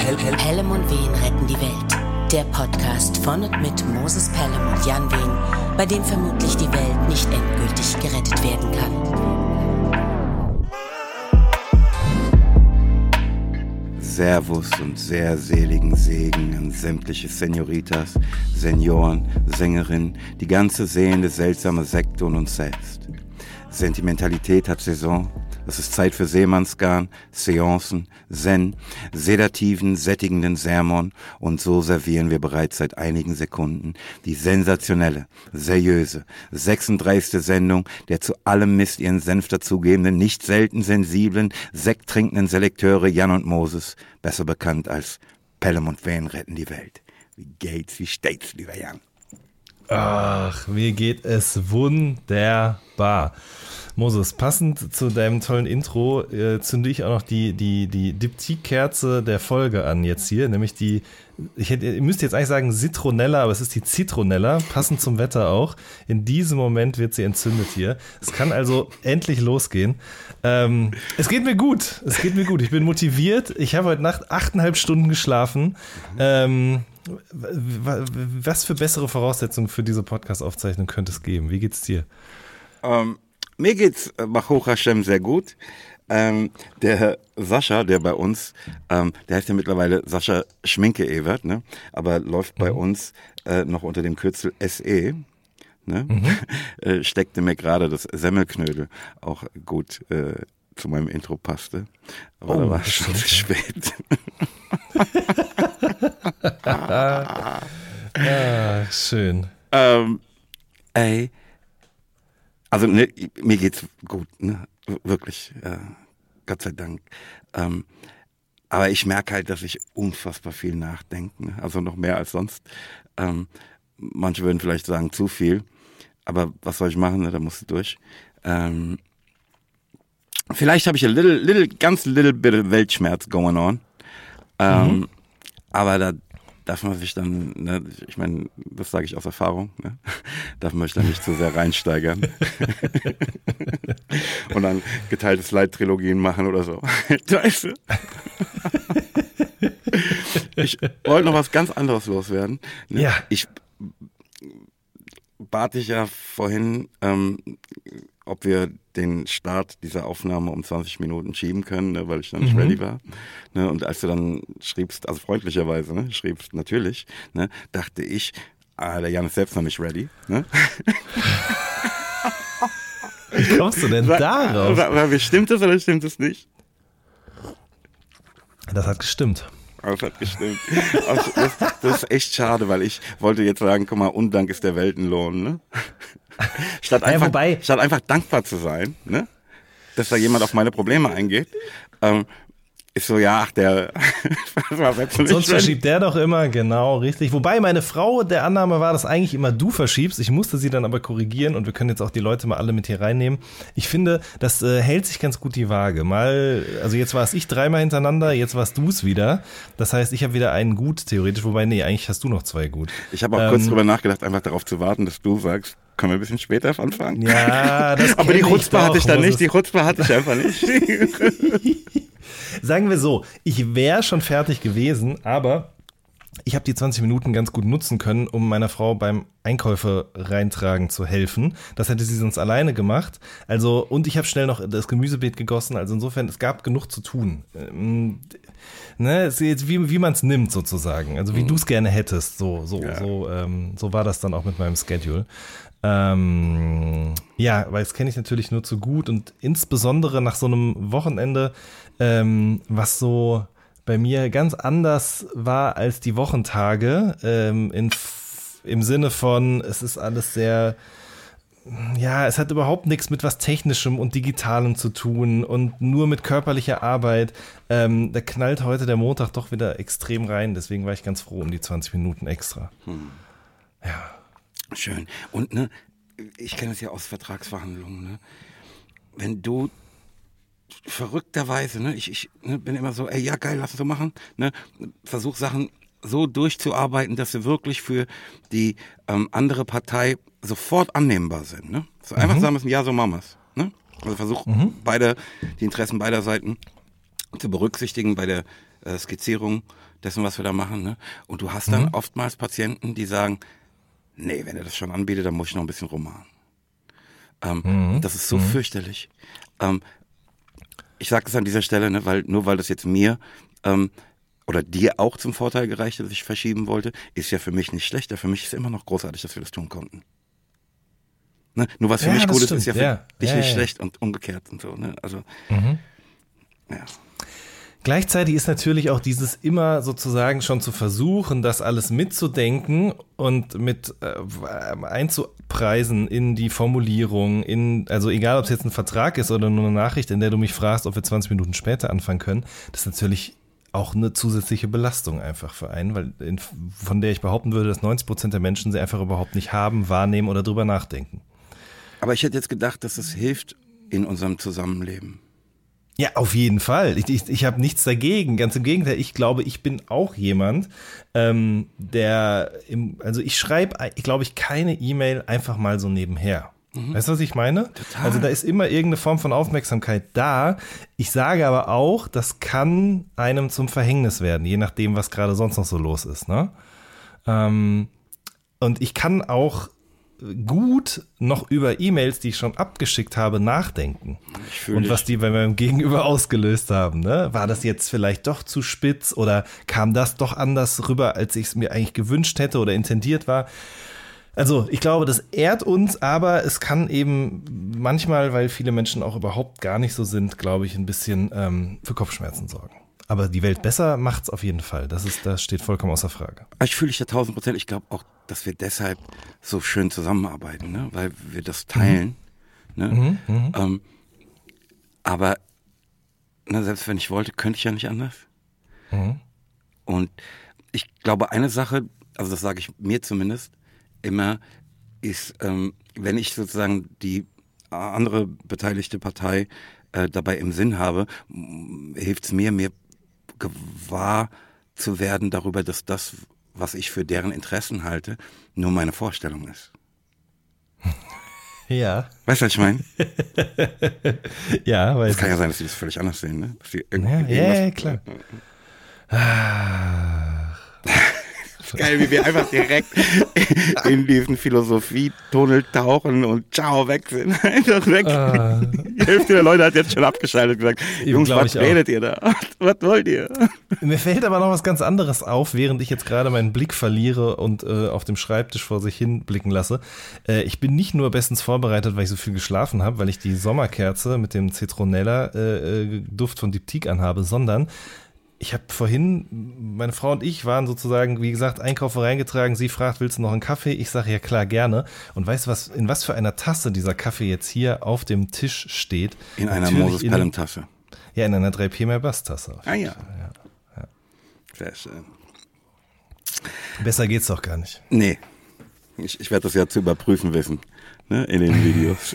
Pelham und Wehen retten die Welt. Der Podcast von und mit Moses Pelham und Jan Wehen, bei dem vermutlich die Welt nicht endgültig gerettet werden kann. Servus und sehr seligen Segen an sämtliche Senoritas, Senioren, Sängerinnen, die ganze sehende, seltsame Sekte und uns selbst. Sentimentalität hat Saison. Es ist Zeit für Seemannsgarn, Seancen, Zen, sedativen, sättigenden Sermon und so servieren wir bereits seit einigen Sekunden die sensationelle, seriöse, 36. Sendung der zu allem Mist ihren Senf dazugebenden, nicht selten sensiblen, sekttrinkenden Selekteure Jan und Moses, besser bekannt als Pelham und Wehen retten die Welt. Wie geht's, wie steht's, lieber Jan? Ach, mir geht es wunderbar. Moses, passend zu deinem tollen Intro zünde ich auch noch die Diptyque-Kerze der Folge an jetzt hier, nämlich ihr müsst jetzt eigentlich sagen Zitronella, aber es ist die Zitronella, passend zum Wetter auch. In diesem Moment wird sie entzündet hier. Es kann also endlich losgehen. Es geht mir gut, ich bin motiviert. Ich habe heute Nacht 8,5 Stunden geschlafen. Was für bessere Voraussetzungen für diese Podcast-Aufzeichnung könnte es geben? Wie geht's dir? Mir geht's Baruch Hashem sehr gut. Der Sascha, der bei uns, der heißt ja mittlerweile Sascha Schminke-Ewert, ne? Aber läuft bei uns noch unter dem Kürzel SE. Ne? Steckte mir gerade das Semmelknödel auch gut zu meinem Intro passte. Aber da war es schon zu spät. Schön. Also ne, mir geht's gut, ne? Wirklich, Gott sei Dank. Aber ich merke halt, dass ich unfassbar viel nachdenke, ne? Also noch mehr als sonst. Manche würden vielleicht sagen, zu viel. Aber was soll ich machen, ne? Da musst du durch. Vielleicht habe ich ganz little bit of Weltschmerz going on. Aber da darf man sich dann, ne, ich meine, das sage ich aus Erfahrung, ne, darf man sich dann nicht zu sehr reinsteigern. Und dann geteiltes Leid-Trilogien machen oder so. Weißt du? Ich wollte noch was ganz anderes loswerden. Ne? Ja. Ich bat dich ja vorhin, ob wir den Start dieser Aufnahme um 20 Minuten schieben können, ne, weil ich dann nicht ready war. Ne, und als du dann schriebst, also freundlicherweise, ne, schriebst natürlich, ne, dachte ich, der Jan ist selbst noch nicht ready. Ne? Wie kommst du denn darauf? Stimmt es oder stimmt es nicht? Das hat gestimmt. Das hat gestimmt. Also das ist echt schade, weil ich wollte jetzt sagen, guck mal, Undank ist der Weltenlohn, ne? Statt einfach dankbar zu sein, ne? Dass da jemand auf meine Probleme eingeht, ist so, ja, ach, der sonst verschiebt der doch immer, genau, richtig. Wobei meine Frau der Annahme war, dass eigentlich immer du verschiebst. Ich musste sie dann aber korrigieren und wir können jetzt auch die Leute mal alle mit hier reinnehmen. Ich finde, das hält sich ganz gut die Waage. Also jetzt war es ich 3-mal hintereinander, jetzt warst du es wieder. Das heißt, ich habe wieder einen gut, theoretisch. Wobei, nee, eigentlich hast du noch 2 gut. Ich habe auch kurz drüber nachgedacht, einfach darauf zu warten, dass du sagst, können wir ein bisschen später anfangen? Ja, das aber die Chutzpe hatte ich dann nicht, die Chutzpe hatte ich einfach nicht. Sagen wir so, ich wäre schon fertig gewesen, aber ich habe die 20 Minuten ganz gut nutzen können, um meiner Frau beim Einkäufe reintragen zu helfen. Das hätte sie sonst alleine gemacht. Also, und ich habe schnell noch das Gemüsebeet gegossen. Also insofern, es gab genug zu tun. Ne, es ist jetzt wie man es nimmt sozusagen. Also wie du es gerne hättest. So war das dann auch mit meinem Schedule. Ja, weil das kenne ich natürlich nur zu gut und insbesondere nach so einem Wochenende, was so bei mir ganz anders war als die Wochentage, im Sinne von, es ist alles sehr, ja, es hat überhaupt nichts mit was Technischem und Digitalem zu tun und nur mit körperlicher Arbeit. Da knallt heute der Montag doch wieder extrem rein, deswegen war ich ganz froh um die 20 Minuten extra. Ja. Schön. Und ne, ich kenne es ja aus Vertragsverhandlungen, ne? Wenn du verrückterweise, ne, ich bin immer so, ey, ja geil, lass es so machen, ne? Versuch Sachen so durchzuarbeiten, dass sie wirklich für die andere Partei sofort annehmbar sind, ne? So einfach sagen müssen, ja, so machen wir's, ne? Also versuch die Interessen beider Seiten zu berücksichtigen bei der Skizzierung dessen, was wir da machen. Ne? Und du hast dann oftmals Patienten, die sagen, nee, wenn er das schon anbietet, dann muss ich noch ein bisschen rummachen. Das ist so fürchterlich. Ich sage es an dieser Stelle, ne, weil das jetzt mir oder dir auch zum Vorteil gereicht, dass ich verschieben wollte, ist ja für mich nicht schlechter. Für mich ist immer noch großartig, dass wir das tun konnten. Ne? Nur was für mich gut ist ja für dich nicht schlecht und umgekehrt und so. Ne? Also, ja. Gleichzeitig ist natürlich auch dieses immer sozusagen schon zu versuchen, das alles mitzudenken und mit einzupreisen in die Formulierung, also egal, ob es jetzt ein Vertrag ist oder nur eine Nachricht, in der du mich fragst, ob wir 20 Minuten später anfangen können, das ist natürlich auch eine zusätzliche Belastung einfach für einen, weil von der ich behaupten würde, dass 90% der Menschen sie einfach überhaupt nicht haben, wahrnehmen oder drüber nachdenken. Aber ich hätte jetzt gedacht, dass es hilft in unserem Zusammenleben. Ja, auf jeden Fall. Ich habe nichts dagegen. Ganz im Gegenteil, ich glaube, ich bin auch jemand, ich schreibe, glaube ich, keine E-Mail einfach mal so nebenher. Weißt du, was ich meine? Total. Also da ist immer irgendeine Form von Aufmerksamkeit da. Ich sage aber auch, das kann einem zum Verhängnis werden, je nachdem, was gerade sonst noch so los ist. Ne? Und ich kann auch gut noch über E-Mails, die ich schon abgeschickt habe, nachdenken. Und was die bei meinem Gegenüber ausgelöst haben. Ne? War das jetzt vielleicht doch zu spitz oder kam das doch anders rüber, als ich es mir eigentlich gewünscht hätte oder intendiert war? Also ich glaube, das ehrt uns, aber es kann eben manchmal, weil viele Menschen auch überhaupt gar nicht so sind, glaube ich, ein bisschen für Kopfschmerzen sorgen. Aber die Welt besser macht's auf jeden Fall. Das steht vollkommen außer Frage. Ich fühle dich ja 1000%. Ich glaube auch, dass wir deshalb so schön zusammenarbeiten, ne? Weil wir das teilen. Ne? Aber selbst wenn ich wollte, könnte ich ja nicht anders. Und ich glaube, eine Sache, also das sage ich mir zumindest immer, ist, wenn ich sozusagen die andere beteiligte Partei dabei im Sinn habe, hilft es mir gewahr zu werden darüber, dass das, was ich für deren Interessen halte, nur meine Vorstellung ist. Ja. Weißt du, was ich meine? Ja, weiß ich. Es kann ja sein, dass die das völlig anders sehen, ne? Dass die ja, klar. Geil, wie wir einfach direkt in diesen Philosophietunnel tauchen und ciao, weg sind. Einfach weg. Die Hälfte der Leute hat jetzt schon abgeschaltet und gesagt, Jungs, was redet ihr da? Was wollt ihr? Mir fällt aber noch was ganz anderes auf, während ich jetzt gerade meinen Blick verliere und auf dem Schreibtisch vor sich hin blicken lasse. Ich bin nicht nur bestens vorbereitet, weil ich so viel geschlafen habe, weil ich die Sommerkerze mit dem Zitronella-Duft von Diptyque anhabe, sondern ich habe vorhin, meine Frau und ich waren sozusagen, wie gesagt, Einkäufe reingetragen. Sie fragt, willst du noch einen Kaffee? Ich sage, ja klar, gerne. Und weißt du, in was für einer Tasse dieser Kaffee jetzt hier auf dem Tisch steht? In einer Moses Pelham-Tasse. Ja, in einer 3P Mehrbass-Tasse. Ah ja. Sehr schön. Besser geht's doch gar nicht. Nee, ich werde das ja zu überprüfen wissen. Ne, in den Videos.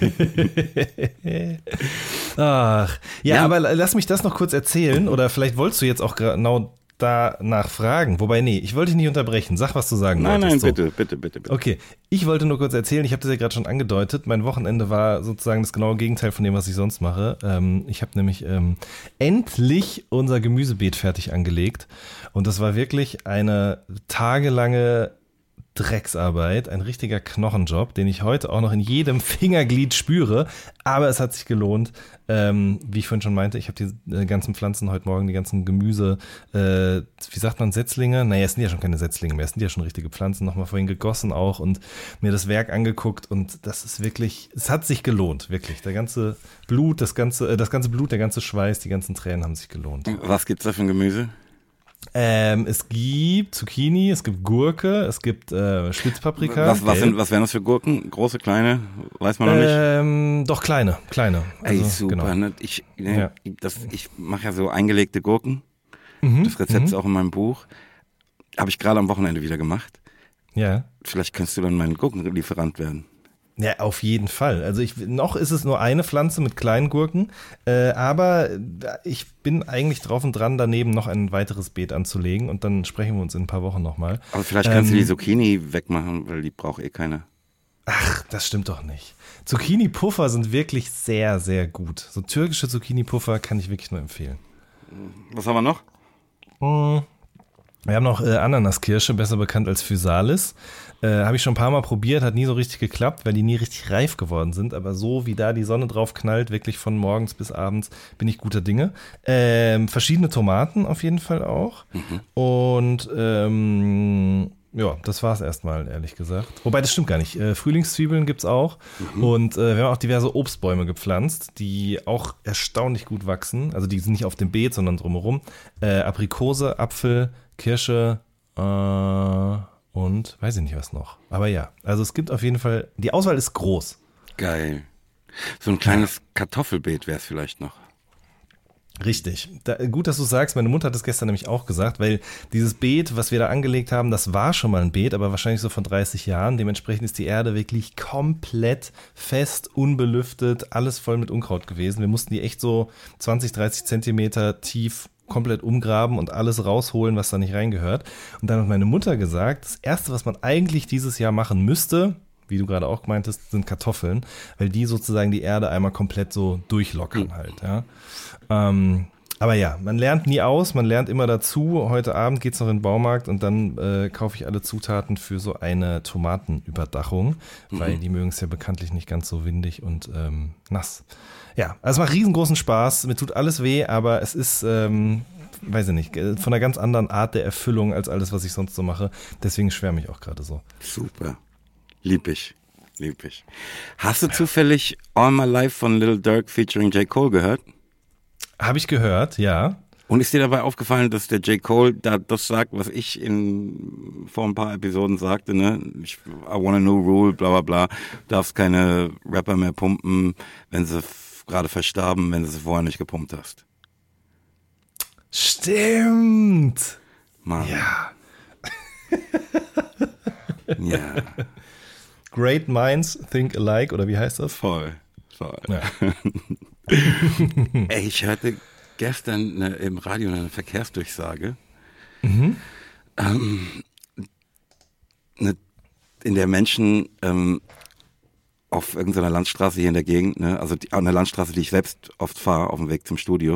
Ach, ja, aber lass mich das noch kurz erzählen oder vielleicht wolltest du jetzt auch genau danach fragen. Wobei, nee, ich wollte dich nicht unterbrechen. Sag, was du sagen wolltest. Nein, bitte. Okay, ich wollte nur kurz erzählen, ich habe das ja gerade schon angedeutet, mein Wochenende war sozusagen das genaue Gegenteil von dem, was ich sonst mache. Ich habe nämlich endlich unser Gemüsebeet fertig angelegt und das war wirklich eine tagelange Drecksarbeit, ein richtiger Knochenjob, den ich heute auch noch in jedem Fingerglied spüre, aber es hat sich gelohnt. Wie ich vorhin schon meinte, ich habe die ganzen Pflanzen heute Morgen, die ganzen Gemüse, wie sagt man, Setzlinge? Naja, es sind ja schon keine Setzlinge mehr, es sind ja schon richtige Pflanzen, nochmal vorhin gegossen auch und mir das Werk angeguckt und das ist wirklich, es hat sich gelohnt, wirklich. Der ganze Blut, das ganze Blut, der ganze Schweiß, die ganzen Tränen haben sich gelohnt. Was gibt's da für ein Gemüse? Es gibt Zucchini, es gibt Gurke, es gibt Spitzpaprika. Was wären das für Gurken? Große, kleine? Weiß man noch nicht. Doch, kleine. Also, ey, super. Genau. Ne? Ich mache ja so eingelegte Gurken. Das Rezept ist auch in meinem Buch. Habe ich gerade am Wochenende wieder gemacht. Ja. Vielleicht kannst du dann mein Gurkenlieferant werden. Ja, auf jeden Fall. Also noch ist es nur eine Pflanze mit kleinen Gurken, aber ich bin eigentlich drauf und dran, daneben noch ein weiteres Beet anzulegen und dann sprechen wir uns in ein paar Wochen nochmal. Aber vielleicht kannst du die Zucchini wegmachen, weil die braucht eh keiner. Ach, das stimmt doch nicht. Zucchini-Puffer sind wirklich sehr, sehr gut. So türkische Zucchini-Puffer kann ich wirklich nur empfehlen. Was haben wir noch? Wir haben noch Ananaskirsche, besser bekannt als Physalis. Habe ich schon ein paar Mal probiert, hat nie so richtig geklappt, weil die nie richtig reif geworden sind. Aber so wie da die Sonne drauf knallt, wirklich von morgens bis abends, bin ich guter Dinge. Verschiedene Tomaten auf jeden Fall auch. Und ja, das war es erstmal, ehrlich gesagt. Wobei, das stimmt gar nicht. Frühlingszwiebeln gibt's auch. Und wir haben auch diverse Obstbäume gepflanzt, die auch erstaunlich gut wachsen. Also die sind nicht auf dem Beet, sondern drumherum. Aprikose, Apfel, Kirsche und weiß ich nicht was noch. Aber ja, also es gibt auf jeden Fall, die Auswahl ist groß. Geil. So ein kleines Kartoffelbeet wäre es vielleicht noch. Richtig. Gut, dass du sagst, meine Mutter hat es gestern nämlich auch gesagt, weil dieses Beet, was wir da angelegt haben, das war schon mal ein Beet, aber wahrscheinlich so von 30 Jahren. Dementsprechend ist die Erde wirklich komplett fest, unbelüftet, alles voll mit Unkraut gewesen. Wir mussten die echt so 20, 30 Zentimeter tief komplett umgraben und alles rausholen, was da nicht reingehört. Und dann hat meine Mutter gesagt, das Erste, was man eigentlich dieses Jahr machen müsste, wie du gerade auch meintest, sind Kartoffeln, weil die sozusagen die Erde einmal komplett so durchlockern halt, ja. Aber ja, man lernt nie aus, man lernt immer dazu. Heute Abend geht's noch in den Baumarkt und dann kaufe ich alle Zutaten für so eine Tomatenüberdachung, weil die mögen es ja bekanntlich nicht ganz so windig und nass. Ja, also es macht riesengroßen Spaß, mir tut alles weh, aber es ist, weiß ich nicht, von einer ganz anderen Art der Erfüllung als alles, was ich sonst so mache. Deswegen schwärme ich auch gerade so. Super. Lieb ich. Hast du zufällig All My Life von Lil Durk featuring J. Cole gehört? Habe ich gehört, ja. Und ist dir dabei aufgefallen, dass der J. Cole da das sagt, was ich vor ein paar Episoden sagte, ne? I want a new rule, bla bla bla. Du darfst keine Rapper mehr pumpen, wenn sie gerade verstarben, wenn du sie vorher nicht gepumpt hast. Stimmt. Mann. Ja. Ja. Great minds think alike, oder wie heißt das? Voll. Ja. Ey, ich hörte gestern im Radio eine Verkehrsdurchsage, Mhm. In der Menschen auf irgendeiner Landstraße hier in der Gegend, ne, also an der Landstraße, die ich selbst oft fahre, auf dem Weg zum Studio,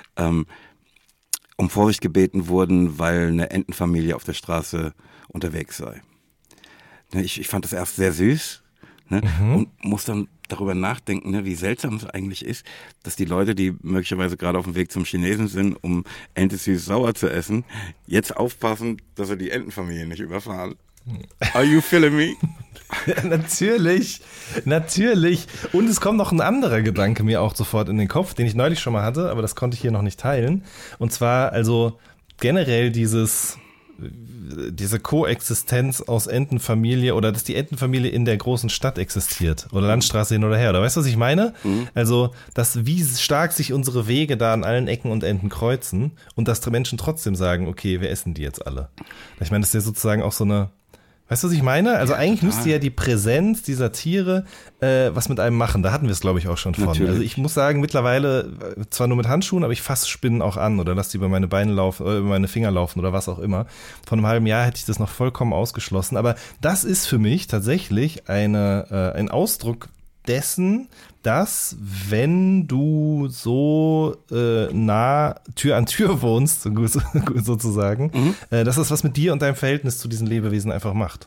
um Vorsicht gebeten wurden, weil eine Entenfamilie auf der Straße unterwegs sei. Ne, ich fand das erst sehr süß, ne, und muss dann darüber nachdenken, ne, wie seltsam es eigentlich ist, dass die Leute, die möglicherweise gerade auf dem Weg zum Chinesen sind, um Ente süß-sauer zu essen, jetzt aufpassen, dass sie die Entenfamilie nicht überfahren. Are you feeling me? Natürlich. Und es kommt noch ein anderer Gedanke mir auch sofort in den Kopf, den ich neulich schon mal hatte, aber das konnte ich hier noch nicht teilen. Und zwar also generell diese Koexistenz aus Entenfamilie oder dass die Entenfamilie in der großen Stadt existiert oder Landstraße hin oder her. Oder weißt du, was ich meine? Also, wie stark sich unsere Wege da an allen Ecken und Enden kreuzen und dass Menschen trotzdem sagen, okay, wir essen die jetzt alle. Ich meine, das ist ja sozusagen auch so eine, weißt du, was ich meine? Also eigentlich müsste ja die Präsenz dieser Tiere was mit einem machen. Da hatten wir es, glaube ich, auch schon von. Natürlich. Also ich muss sagen, mittlerweile, zwar nur mit Handschuhen, aber ich fasse Spinnen auch an oder lasse die über meine Beine laufen, über meine Finger laufen oder was auch immer. Vor einem halben Jahr hätte ich das noch vollkommen ausgeschlossen. Aber das ist für mich tatsächlich ein Ausdruck dessen, dass wenn du so nah Tür an Tür wohnst, sozusagen, dass das was mit dir und deinem Verhältnis zu diesen Lebewesen einfach macht.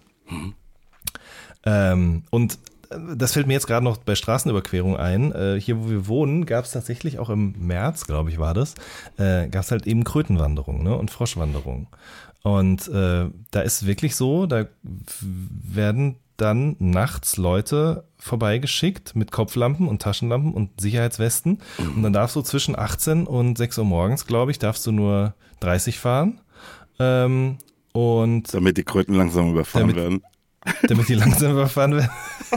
Und das fällt mir jetzt gerade noch bei Straßenüberquerung ein. Hier, wo wir wohnen, gab es tatsächlich auch im März, glaube ich, war das, gab es halt eben Krötenwanderung, ne, und Froschwanderung. Und da ist wirklich so, da werden dann nachts Leute vorbeigeschickt mit Kopflampen und Taschenlampen und Sicherheitswesten. Und dann darfst du zwischen 18 und 6 Uhr morgens, glaube ich, darfst du nur 30 fahren. Und damit die Kröten langsam überfahren werden. Damit die langsam überfahren werden.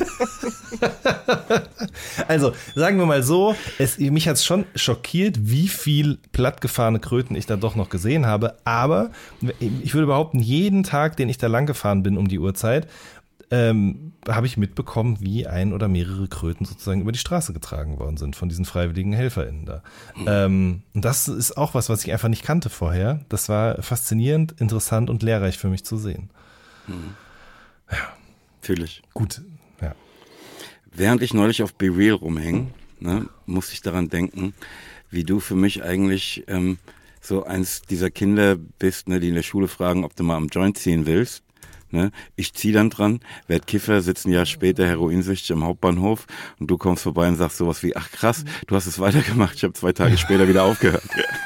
Also, sagen wir mal so, mich hat es schon schockiert, wie viel plattgefahrene Kröten ich da doch noch gesehen habe. Aber ich würde behaupten, jeden Tag, den ich da lang gefahren bin um die Uhrzeit, habe ich mitbekommen, wie ein oder mehrere Kröten sozusagen über die Straße getragen worden sind von diesen freiwilligen HelferInnen da. Und das ist auch was ich einfach nicht kannte vorher. Das war faszinierend, interessant und lehrreich für mich zu sehen. Ja. Fühl ich. Gut, ja. Während ich neulich auf Be Real rumhänge, ne, musste ich daran denken, wie du für mich eigentlich so eins dieser Kinder bist, ne, die in der Schule fragen, ob du mal am Joint ziehen willst. Ne? Ich zieh dann dran, werd Kiffer, sitze ein Jahr später heroinsüchtig am Hauptbahnhof und du kommst vorbei und sagst sowas wie, ach krass, du hast es weitergemacht, ich habe 2 Tage später wieder aufgehört.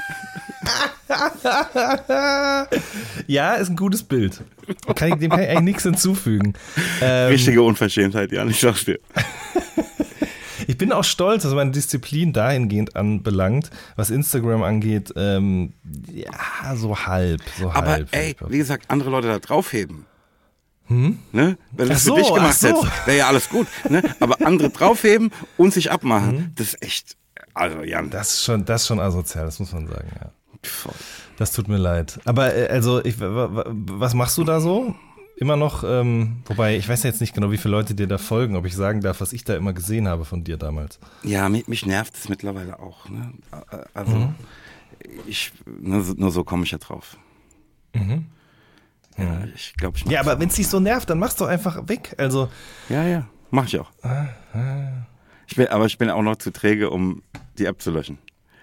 Ja, ist ein gutes Bild. Dem kann ich eigentlich nichts hinzufügen. Richtige Unverschämtheit, Jan, ich sag's dir. Ich bin auch stolz, was meine Disziplin dahingehend anbelangt, was Instagram angeht, ja, so halb. Aber ey, wie gesagt, andere Leute da draufheben. Ne? Wenn du das für dich gemacht hättest, wäre ja alles gut. Ne? Aber andere draufheben und sich abmachen, das ist echt, also Jan. Das ist schon asozial, das muss man sagen, ja. Das tut mir leid. Aber was machst du da so? Immer noch, wobei, ich weiß ja jetzt nicht genau, wie viele Leute dir da folgen, ob ich sagen darf, was ich da immer gesehen habe von dir damals. Ja, mich nervt es mittlerweile auch. Ne? Also, nur so komme ich ja drauf. Mhm. Ja, ich glaube, ja, aber wenn es dich so nervt, dann mach's doch einfach weg. Also. Ja, mach ich auch. Ich bin auch noch zu träge, um die App zu löschen.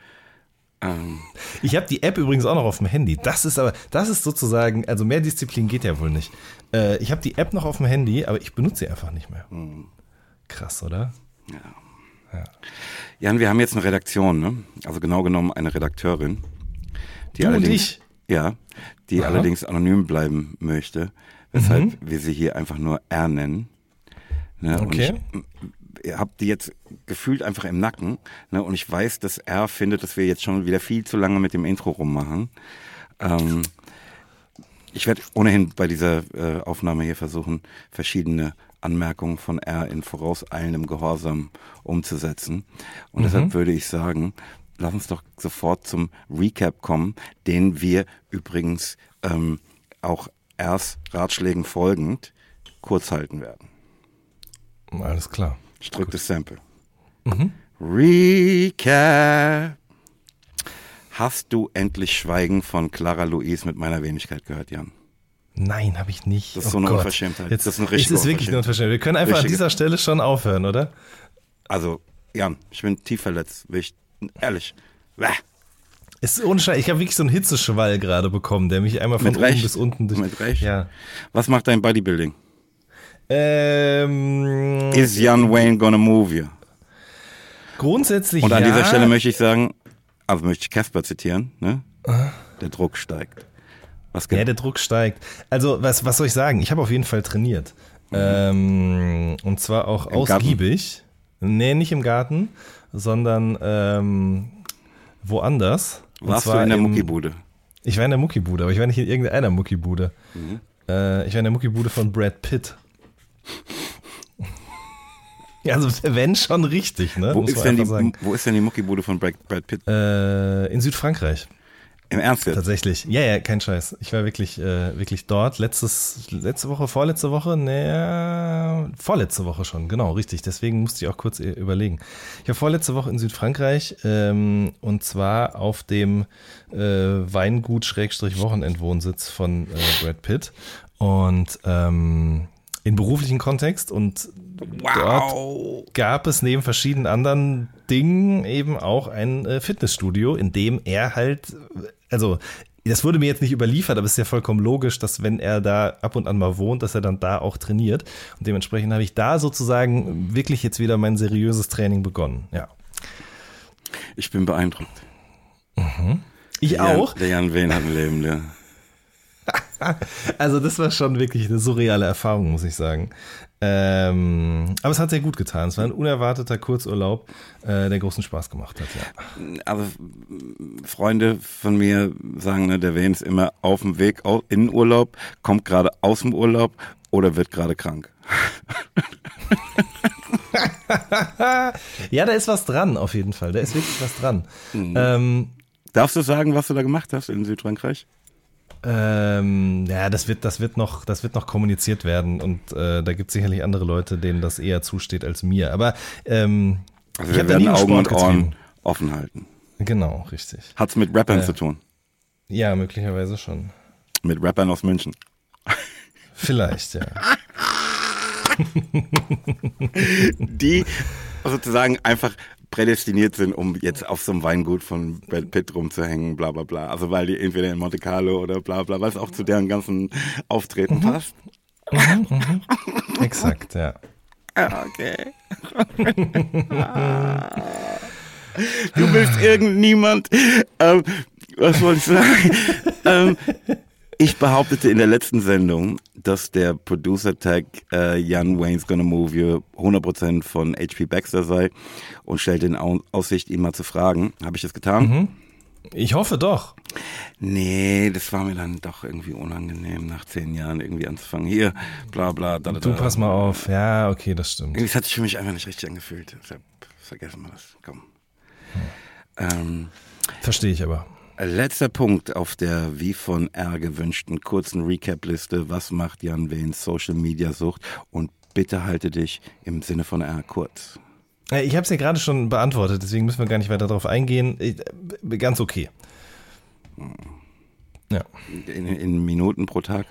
Ich habe die App übrigens auch noch auf dem Handy. Das ist sozusagen, also mehr Disziplin geht ja wohl nicht. Ich habe die App noch auf dem Handy, aber ich benutze sie einfach nicht mehr. Krass, oder? Ja. Jan, wir haben jetzt eine Redaktion, ne? Also genau genommen eine Redakteurin. Die allerdings anonym bleiben möchte, weshalb wir sie hier einfach nur R nennen. Ne? Okay. Und ich habe die jetzt gefühlt einfach im Nacken, ne? Und ich weiß, dass R findet, dass wir jetzt schon wieder viel zu lange mit dem Intro rummachen. Ich werde ohnehin bei dieser Aufnahme hier versuchen, verschiedene Anmerkungen von R in vorauseilendem Gehorsam umzusetzen. Und deshalb würde ich sagen, lass uns doch sofort zum Recap kommen, den wir übrigens auch Rs Ratschlägen folgend kurz halten werden. Alles klar. Ich drücke das Sample. Recap. Hast du endlich Schweigen von Clara Louise mit meiner Wenigkeit gehört, Jan? Nein, habe ich nicht. Das ist so eine Unverschämtheit. Jetzt, das ist eine richtige es ist wirklich eine Unverschämtheit. Wir können einfach an dieser Stelle schon aufhören, oder? Also, Jan, ich bin tief verletzt. Ehrlich. Ist ohne Scheiß. Ich habe wirklich so einen Hitzeschwall gerade bekommen, der mich einmal von oben bis unten durch. Mit Recht? Ja. Was macht dein Bodybuilding? Is Jan Wayne gonna move you? Grundsätzlich Und an dieser Stelle möchte ich sagen, also möchte ich Casper zitieren, ne? Der Druck steigt. Was ja, der Druck steigt. Also, was soll ich sagen? Ich habe auf jeden Fall trainiert. Und zwar auch Im ausgiebig. Garten? Nee, nicht im Garten, sondern woanders. Warst du in der Muckibude? Ich war in der Muckibude, aber ich war nicht in irgendeiner Muckibude. Ich war in der Muckibude von Brad Pitt. Ja, also wenn schon richtig, ne? Wo ist denn die Muckibude von Brad Pitt? In Südfrankreich. Im Ernst jetzt? Tatsächlich. Ja, kein Scheiß. Ich war wirklich dort. Vorletzte Woche schon, genau, richtig. Deswegen musste ich auch kurz überlegen. Ich war vorletzte Woche in Südfrankreich und zwar auf dem Weingut-Wochenendwohnsitz von Brad Pitt und in beruflichen Kontext und dort gab es neben verschiedenen anderen Dingen eben auch ein Fitnessstudio, in dem er halt, also das wurde mir jetzt nicht überliefert, aber es ist ja vollkommen logisch, dass wenn er da ab und an mal wohnt, dass er dann da auch trainiert und dementsprechend habe ich da sozusagen wirklich jetzt wieder mein seriöses Training begonnen, ja. Ich bin beeindruckt. Ich auch. Der Jan Wehn hat ein Leben, ja. Also das war schon wirklich eine surreale Erfahrung, muss ich sagen. Aber es hat sehr gut getan. Es war ein unerwarteter Kurzurlaub, der großen Spaß gemacht hat. Ja. Aber Freunde von mir sagen, ne, der Wehn ist immer auf dem Weg in den Urlaub, kommt gerade aus dem Urlaub oder wird gerade krank. Ja, da ist was dran auf jeden Fall. Da ist wirklich was dran. Darfst du sagen, was du da gemacht hast in Südfrankreich? Ja, das wird noch kommuniziert werden und da gibt es sicherlich andere Leute, denen das eher zusteht als mir. Aber also wir werden Augen und Ohren offen halten. Genau, richtig. Hat's mit Rappern zu tun? Ja, möglicherweise schon. Mit Rappern aus München? Vielleicht, ja. Die sozusagen einfach prädestiniert sind, um jetzt auf so einem Weingut von Brad Pitt rumzuhängen, bla bla bla. Also weil die entweder in Monte Carlo oder bla bla, weil es auch zu deren ganzen Auftreten passt. Exakt, ja. Okay. Du bist irgendjemand. Was wollte ich sagen? Ich behauptete in der letzten Sendung, dass der Producer-Tag Jan Wayne's Gonna Move You 100% von H.P. Baxter sei und stellte in Aussicht, ihn mal zu fragen. Habe ich das getan? Ich hoffe doch. Nee, das war mir dann doch irgendwie unangenehm, nach 10 Jahren irgendwie anzufangen. Hier, bla bla. Du pass mal auf. Ja, okay, das stimmt. Das hat sich für mich einfach nicht richtig angefühlt. Deshalb vergessen wir das. Komm. Verstehe ich aber. Letzter Punkt auf der wie von R gewünschten kurzen Recap-Liste. Was macht Jan Waynes Social-Media-Sucht? Und bitte halte dich im Sinne von R kurz. Ich habe es ja gerade schon beantwortet, deswegen müssen wir gar nicht weiter darauf eingehen. Ganz okay. Ja. In Minuten pro Tag?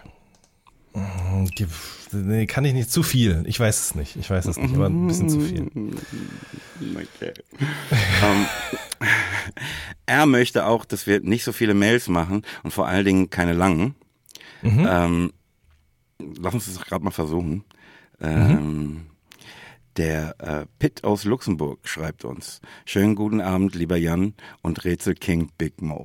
Nee, kann ich nicht. Zu viel. Ich weiß es nicht. Aber ein bisschen zu viel. Okay. Er möchte auch, dass wir nicht so viele Mails machen und vor allen Dingen keine langen. Lass uns das gerade mal versuchen. Der Pitt aus Luxemburg schreibt uns: Schönen guten Abend, lieber Jan und Rätsel-King Big Mo.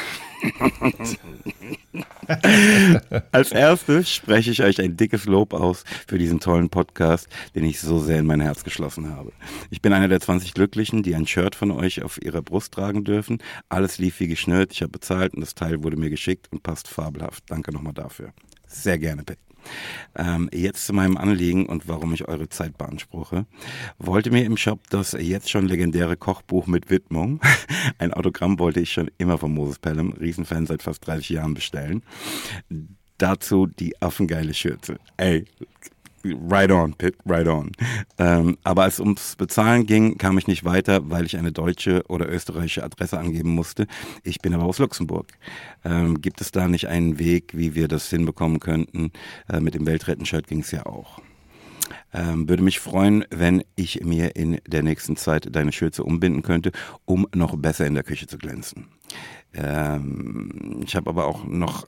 Als erstes spreche ich euch ein dickes Lob aus für diesen tollen Podcast, den ich so sehr in mein Herz geschlossen habe. Ich bin einer der 20 Glücklichen, die ein Shirt von euch auf ihrer Brust tragen dürfen. Alles lief wie geschnürt, ich habe bezahlt und das Teil wurde mir geschickt und passt fabelhaft. Danke nochmal dafür. Sehr gerne, Pitt. Jetzt zu meinem Anliegen und warum ich eure Zeit beanspruche. Wollte mir im Shop das jetzt schon legendäre Kochbuch mit Widmung, ein Autogramm wollte ich schon immer von Moses Pelham, Riesenfan seit fast 30 Jahren, bestellen. Dazu die affengeile Schürze. Ey, right on, Pitt, right on. Aber als es ums Bezahlen ging, kam ich nicht weiter, weil ich eine deutsche oder österreichische Adresse angeben musste. Ich bin aber aus Luxemburg. Gibt es da nicht einen Weg, wie wir das hinbekommen könnten? Mit dem Weltretten-Shirt ging es ja auch. Würde mich freuen, wenn ich mir in der nächsten Zeit deine Schürze umbinden könnte, um noch besser in der Küche zu glänzen. Ich habe aber auch noch,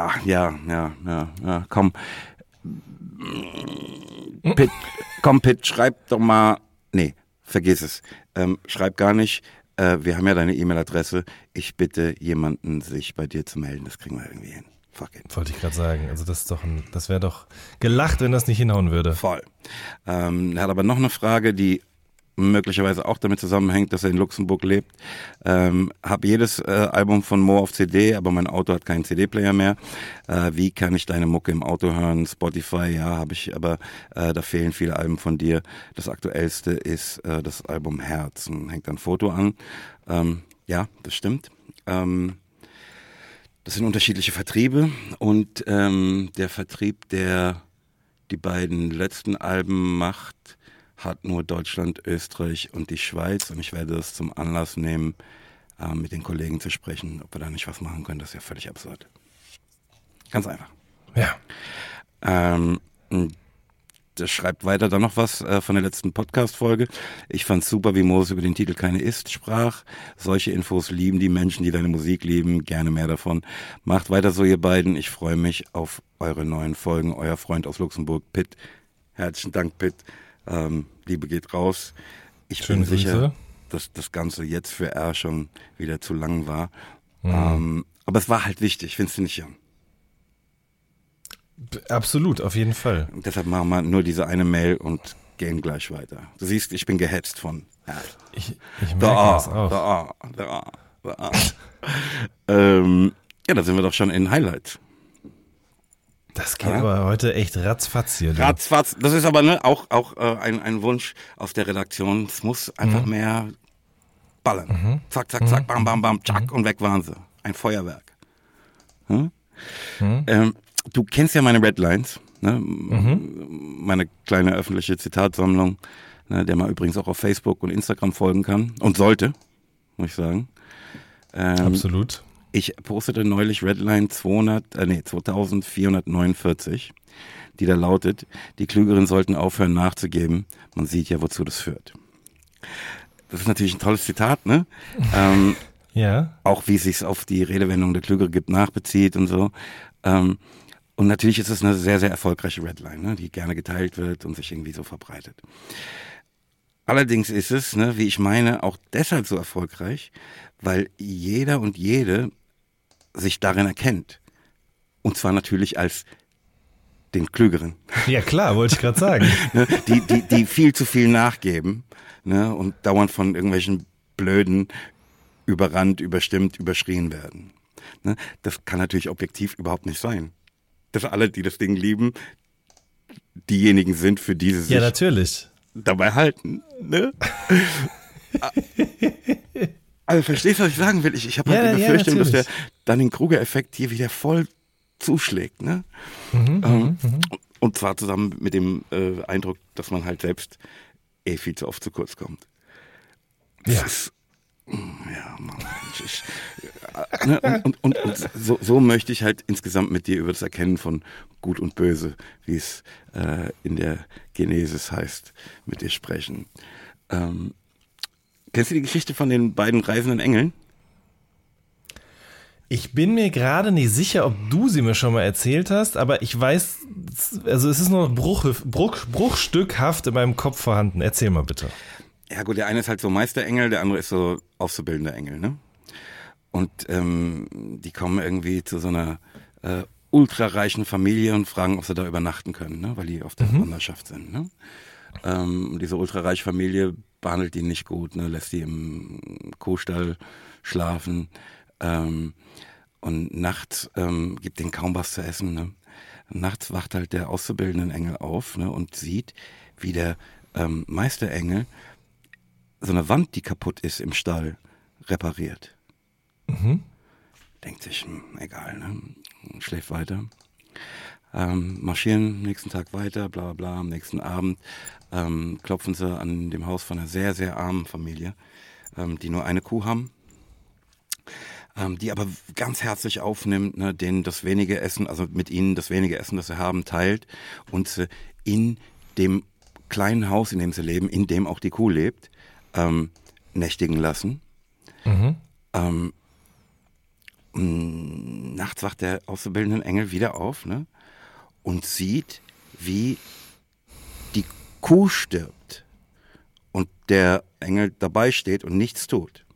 komm, Pitt, schreib doch mal, nee, vergiss es, schreib gar nicht, wir haben ja deine E-Mail-Adresse, ich bitte jemanden, sich bei dir zu melden, das kriegen wir irgendwie hin. Fuck it. Wollte ich gerade sagen, also das wäre doch gelacht, wenn das nicht hinhauen würde. Voll. Er hat aber noch eine Frage, die möglicherweise auch damit zusammenhängt, dass er in Luxemburg lebt. Hab jedes Album von Mo auf CD, aber mein Auto hat keinen CD-Player mehr. Wie kann ich deine Mucke im Auto hören? Spotify, ja, habe ich, aber da fehlen viele Alben von dir. Das aktuellste ist das Album Herz und hängt ein Foto an. Ja, das stimmt. Das sind unterschiedliche Vertriebe und der Vertrieb, der die beiden letzten Alben macht, hat nur Deutschland, Österreich und die Schweiz und ich werde das zum Anlass nehmen, mit den Kollegen zu sprechen, ob wir da nicht was machen können. Das ist ja völlig absurd. Ganz einfach. Ja. Das schreibt weiter dann noch was von der letzten Podcast-Folge. Ich fand's super, wie Moses über den Titel Keine Ist sprach. Solche Infos lieben die Menschen, die deine Musik lieben. Gerne mehr davon. Macht weiter so, ihr beiden. Ich freue mich auf eure neuen Folgen. Euer Freund aus Luxemburg, Pitt. Herzlichen Dank, Pitt. Liebe geht raus. Ich bin sicher, dass das Ganze jetzt für R schon wieder zu lang war. Aber es war halt wichtig, findest du nicht, Jan? Absolut, auf jeden Fall. Und deshalb machen wir nur diese eine Mail und gehen gleich weiter. Du siehst, ich bin gehetzt von R. Ich merke das auch. Ja, da sind wir doch schon in Highlights. Das geht aber heute echt ratzfatz hier. Ratzfatz, das ist aber auch ein Wunsch aus der Redaktion. Es muss einfach mehr ballern. Zack, zack, zack, bam, bam, bam, tschack und weg waren sie. Ein Feuerwerk. Du kennst ja meine Redlines, ne? Meine kleine öffentliche Zitatsammlung, ne? Der man übrigens auch auf Facebook und Instagram folgen kann und sollte, muss ich sagen. Absolut. Ich postete neulich Redline 2449, die da lautet: Die Klügeren sollten aufhören nachzugeben. Man sieht ja, wozu das führt. das ist natürlich ein tolles Zitat, ne? Ja. Auch wie es sich auf die Redewendung der Klügere gibt nachbezieht und so. Und natürlich ist es eine sehr, sehr erfolgreiche Redline, ne, die gerne geteilt wird und sich irgendwie so verbreitet. Allerdings ist es, ne, wie ich meine, auch deshalb so erfolgreich, weil jeder und jede sich darin erkennt. Und zwar natürlich als den Klügeren. Ja klar, wollte ich gerade sagen. Ne, die viel zu viel nachgeben, ne, und dauernd von irgendwelchen Blöden überrannt, überstimmt, überschrien werden. Ne, das kann natürlich objektiv überhaupt nicht sein. Dass alle, die das Ding lieben, diejenigen sind, für die sie sich natürlich dabei halten. Ne? Also verstehst du, was ich sagen will? Ich habe halt die Befürchtung, dass der Dunning-Kruger-Effekt hier wieder voll zuschlägt. Ne? Und zwar zusammen mit dem Eindruck, dass man halt selbst viel zu oft zu kurz kommt. Das ist, ja, Mann, und so möchte ich halt insgesamt mit dir über das Erkennen von Gut und Böse, wie es in der Genesis heißt, mit dir sprechen. Kennst du die Geschichte von den beiden reisenden Engeln? Ich bin mir gerade nicht sicher, ob du sie mir schon mal erzählt hast, aber ich weiß, also es ist nur bruchstückhaft in meinem Kopf vorhanden. Erzähl mal bitte. Ja gut, der eine ist halt so Meisterengel, der andere ist so auszubildender Engel, ne? Und die kommen irgendwie zu so einer ultrareichen Familie und fragen, ob sie da übernachten können, ne? Weil die auf der Wanderschaft sind, ne? Diese ultrareiche Familie behandelt die nicht gut, ne? Lässt die im Kuhstall schlafen und nachts gibt denen kaum was zu essen, ne? Nachts wacht halt der auszubildende Engel auf, ne? Und sieht, wie der Meisterengel so eine Wand, die kaputt ist im Stall, repariert. Denkt sich, egal, ne? Schläft weiter. Marschieren nächsten Tag weiter, bla bla bla. Am nächsten Abend klopfen sie an dem Haus von einer sehr, sehr armen Familie, die nur eine Kuh haben, die aber ganz herzlich aufnimmt, ne, denen das wenige Essen, also mit ihnen das wenige Essen, das sie haben, teilt und sie in dem kleinen Haus, in dem sie leben, in dem auch die Kuh lebt, nächtigen lassen. Nachts wacht der auszubildende Engel wieder auf, ne, und sieht, wie die Kuh stirbt und der Engel dabei steht und nichts tut.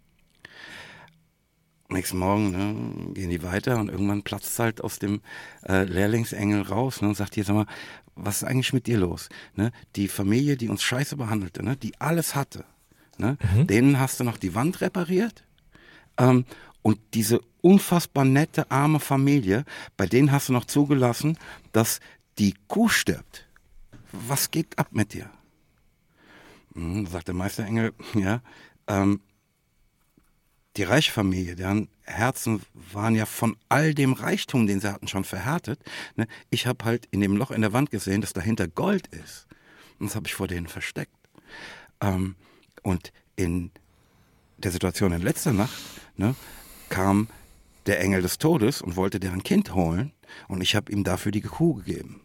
Nächsten Morgen, ne, gehen die weiter und irgendwann platzt halt aus dem Lehrlingsengel raus, ne, und sagt hier, sag mal, was ist eigentlich mit dir los? Ne, die Familie, die uns scheiße behandelte, ne, die alles hatte, ne, denen hast du noch die Wand repariert, und diese unfassbar nette, arme Familie, bei denen hast du noch zugelassen, dass die Kuh stirbt. Was geht ab mit dir? Sagt der Meisterengel, ja, die reiche Familie, deren Herzen waren ja von all dem Reichtum, den sie hatten, schon verhärtet. Ne? Ich habe halt in dem Loch in der Wand gesehen, dass dahinter Gold ist. Und das habe ich vor denen versteckt. Und in der Situation in letzter Nacht, ne, kam der Engel des Todes und wollte deren Kind holen. Und ich habe ihm dafür die Kuh gegeben.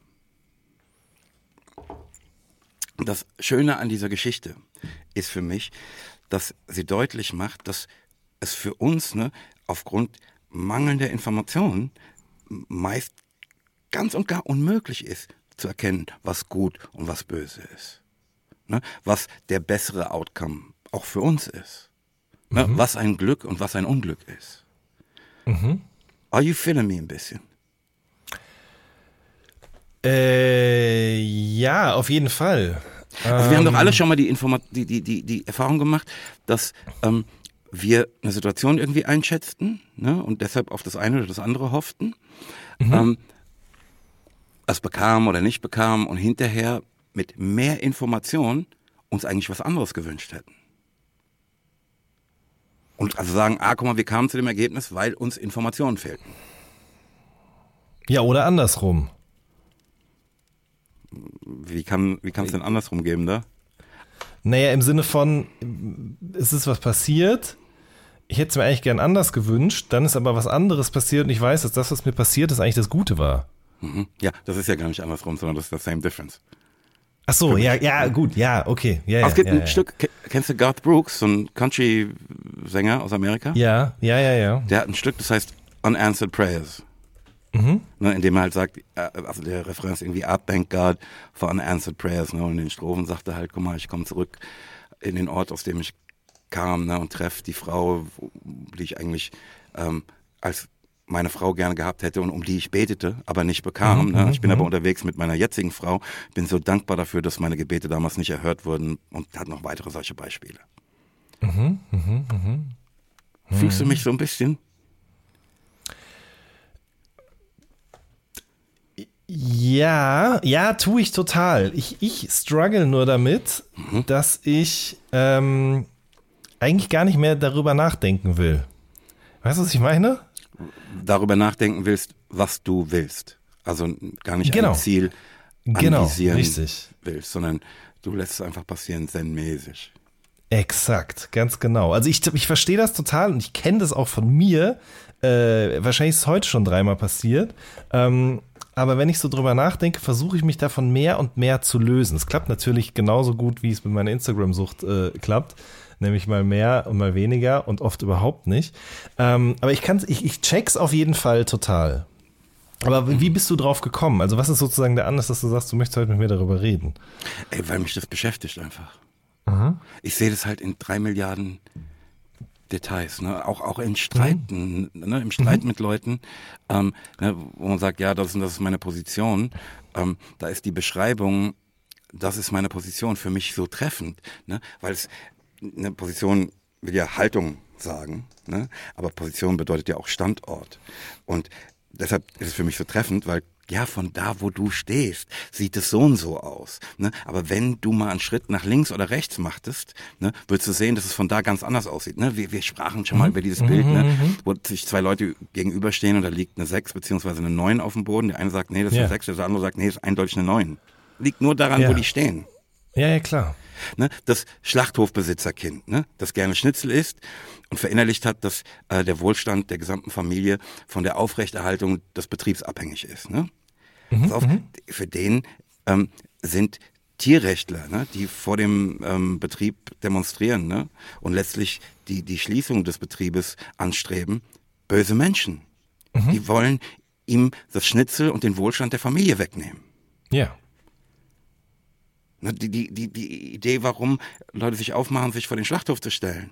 Und das Schöne an dieser Geschichte ist für mich, dass sie deutlich macht, dass es für uns, ne, aufgrund mangelnder Informationen meist ganz und gar unmöglich ist, zu erkennen, was gut und was böse ist. Ne? Was der bessere Outcome auch für uns ist. Ne? Was ein Glück und was ein Unglück ist. Are you feeling me ein bisschen? Ja, auf jeden Fall. Also wir haben doch alle schon mal die Erfahrung gemacht, dass wir eine Situation irgendwie einschätzten, ne, und deshalb auf das eine oder das andere hofften, es bekam oder nicht bekam und hinterher mit mehr Information uns eigentlich was anderes gewünscht hätten. Und also sagen, guck mal, wir kamen zu dem Ergebnis, weil uns Informationen fehlten. Ja, oder andersrum. Wie kann es denn andersrum geben, da? Naja, im Sinne von, es ist was passiert, ich hätte es mir eigentlich gern anders gewünscht, dann ist aber was anderes passiert und ich weiß, dass das, was mir passiert ist, eigentlich das Gute war. Ja, das ist ja gar nicht andersrum, sondern das ist the same difference. Ach so, ja, gut, ja, okay. Ja, es gibt ein ja. Stück, kennst du Garth Brooks, so ein Country-Sänger aus Amerika? Ja. Der hat ein Stück, das heißt Unanswered Prayers. Ne, in dem er halt sagt, also der Refrain ist irgendwie thank God for unanswered prayers. Ne, und in den Strophen sagt er halt, guck mal, ich komme zurück in den Ort, aus dem ich kam, ne, und treffe die Frau, die ich eigentlich als meine Frau gerne gehabt hätte und um die ich betete, aber nicht bekam. Ne. Ich bin aber unterwegs mit meiner jetzigen Frau. Bin so dankbar dafür, dass meine Gebete damals nicht erhört wurden, und hat noch weitere solche Beispiele. Fühlst du mich so ein bisschen? Ja, tue ich total. Ich struggle nur damit, dass ich eigentlich gar nicht mehr darüber nachdenken will. Weißt du, was ich meine? Darüber nachdenken willst, was du willst. Also gar nicht ein Ziel anvisieren willst, sondern du lässt es einfach passieren, zen-mäßig. Exakt, ganz genau. Also ich verstehe das total und ich kenne das auch von mir. Wahrscheinlich ist es heute schon 3-mal passiert. Aber wenn ich so drüber nachdenke, versuche ich mich davon mehr und mehr zu lösen. Es klappt natürlich genauso gut, wie es mit meiner Instagram-Sucht klappt. Nämlich mal mehr und mal weniger und oft überhaupt nicht. Aber ich check's auf jeden Fall total. Aber wie bist du drauf gekommen? Also was ist sozusagen der Anlass, dass du sagst, du möchtest heute mit mir darüber reden? Weil mich das beschäftigt einfach. Ich sehe das halt in 3 Milliarden Details, ne? Auch in Streiten, ne? Im Streit mit Leuten, ne? Wo man sagt, ja, das ist meine Position. Da ist die Beschreibung, das ist meine Position, für mich so treffend, ne? Weil es eine Position will ja Haltung sagen, ne? Aber Position bedeutet ja auch Standort. Und deshalb ist es für mich so treffend, weil ja, von da, wo du stehst, sieht es so und so aus. Ne? Aber wenn du mal einen Schritt nach links oder rechts machtest, ne, würdest du sehen, dass es von da ganz anders aussieht. Ne? Wir sprachen schon mal über dieses Bild, ne, wo sich 2 Leute gegenüberstehen und da liegt eine 6 beziehungsweise eine 9 auf dem Boden. Der eine sagt, nee, das ist eine 6, der andere sagt, nee, das ist eindeutig eine 9. Liegt nur daran, wo die stehen. Ja, klar. Ne, das Schlachthofbesitzerkind, ne, das gerne Schnitzel isst und verinnerlicht hat, dass der Wohlstand der gesamten Familie von der Aufrechterhaltung des Betriebs abhängig ist. Ne? Pass auf, für den sind Tierrechtler, ne, die vor dem Betrieb demonstrieren, ne, und letztlich die Schließung des Betriebes anstreben, böse Menschen. Die wollen ihm das Schnitzel und den Wohlstand der Familie wegnehmen. Ja. Die Idee, warum Leute sich aufmachen, sich vor den Schlachthof zu stellen,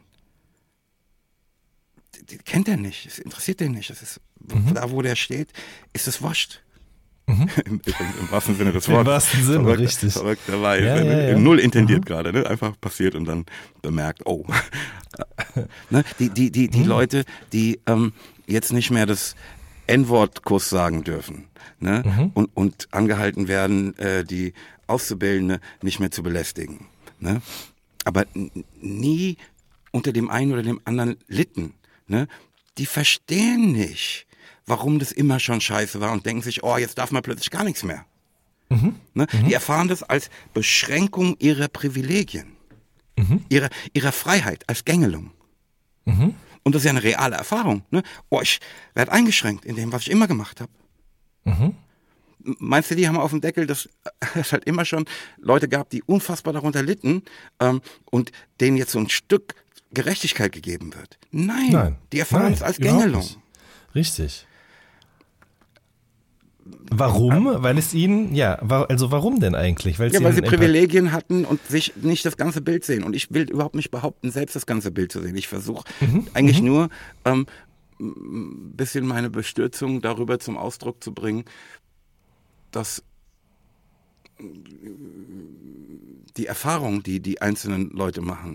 die kennt er nicht, es interessiert den nicht. Es ist, da, wo der steht, ist es wurscht. Im wahrsten Sinne des Wortes. Im wahrsten Sinne, richtig. Verrückterweise. Null intendiert gerade, ne? Einfach passiert und dann bemerkt, oh. Ne? Die Leute, die jetzt nicht mehr das N-Wort-Kuss sagen dürfen, ne? Und angehalten werden, die Auszubildende nicht mehr zu belästigen. Ne? Aber nie unter dem einen oder dem anderen litten. Ne? Die verstehen nicht, warum das immer schon scheiße war und denken sich, oh, jetzt darf man plötzlich gar nichts mehr. Ne? Die erfahren das als Beschränkung ihrer Privilegien, ihrer Freiheit, als Gängelung. Und das ist ja eine reale Erfahrung. Ne? Oh, ich werde eingeschränkt in dem, was ich immer gemacht habe. Meinst du, die haben auf dem Deckel, dass es halt immer schon Leute gab, die unfassbar darunter litten und denen jetzt so ein Stück Gerechtigkeit gegeben wird? Nein, die erfahren es als Gängelung. Richtig. Warum? Weil es ihnen, also warum denn eigentlich? Weil sie Privilegien hatten und sich nicht das ganze Bild sehen. Und ich will überhaupt nicht behaupten, selbst das ganze Bild zu sehen. Ich versuche eigentlich nur ein bisschen meine Bestürzung darüber zum Ausdruck zu bringen, dass die Erfahrung, die die einzelnen Leute machen,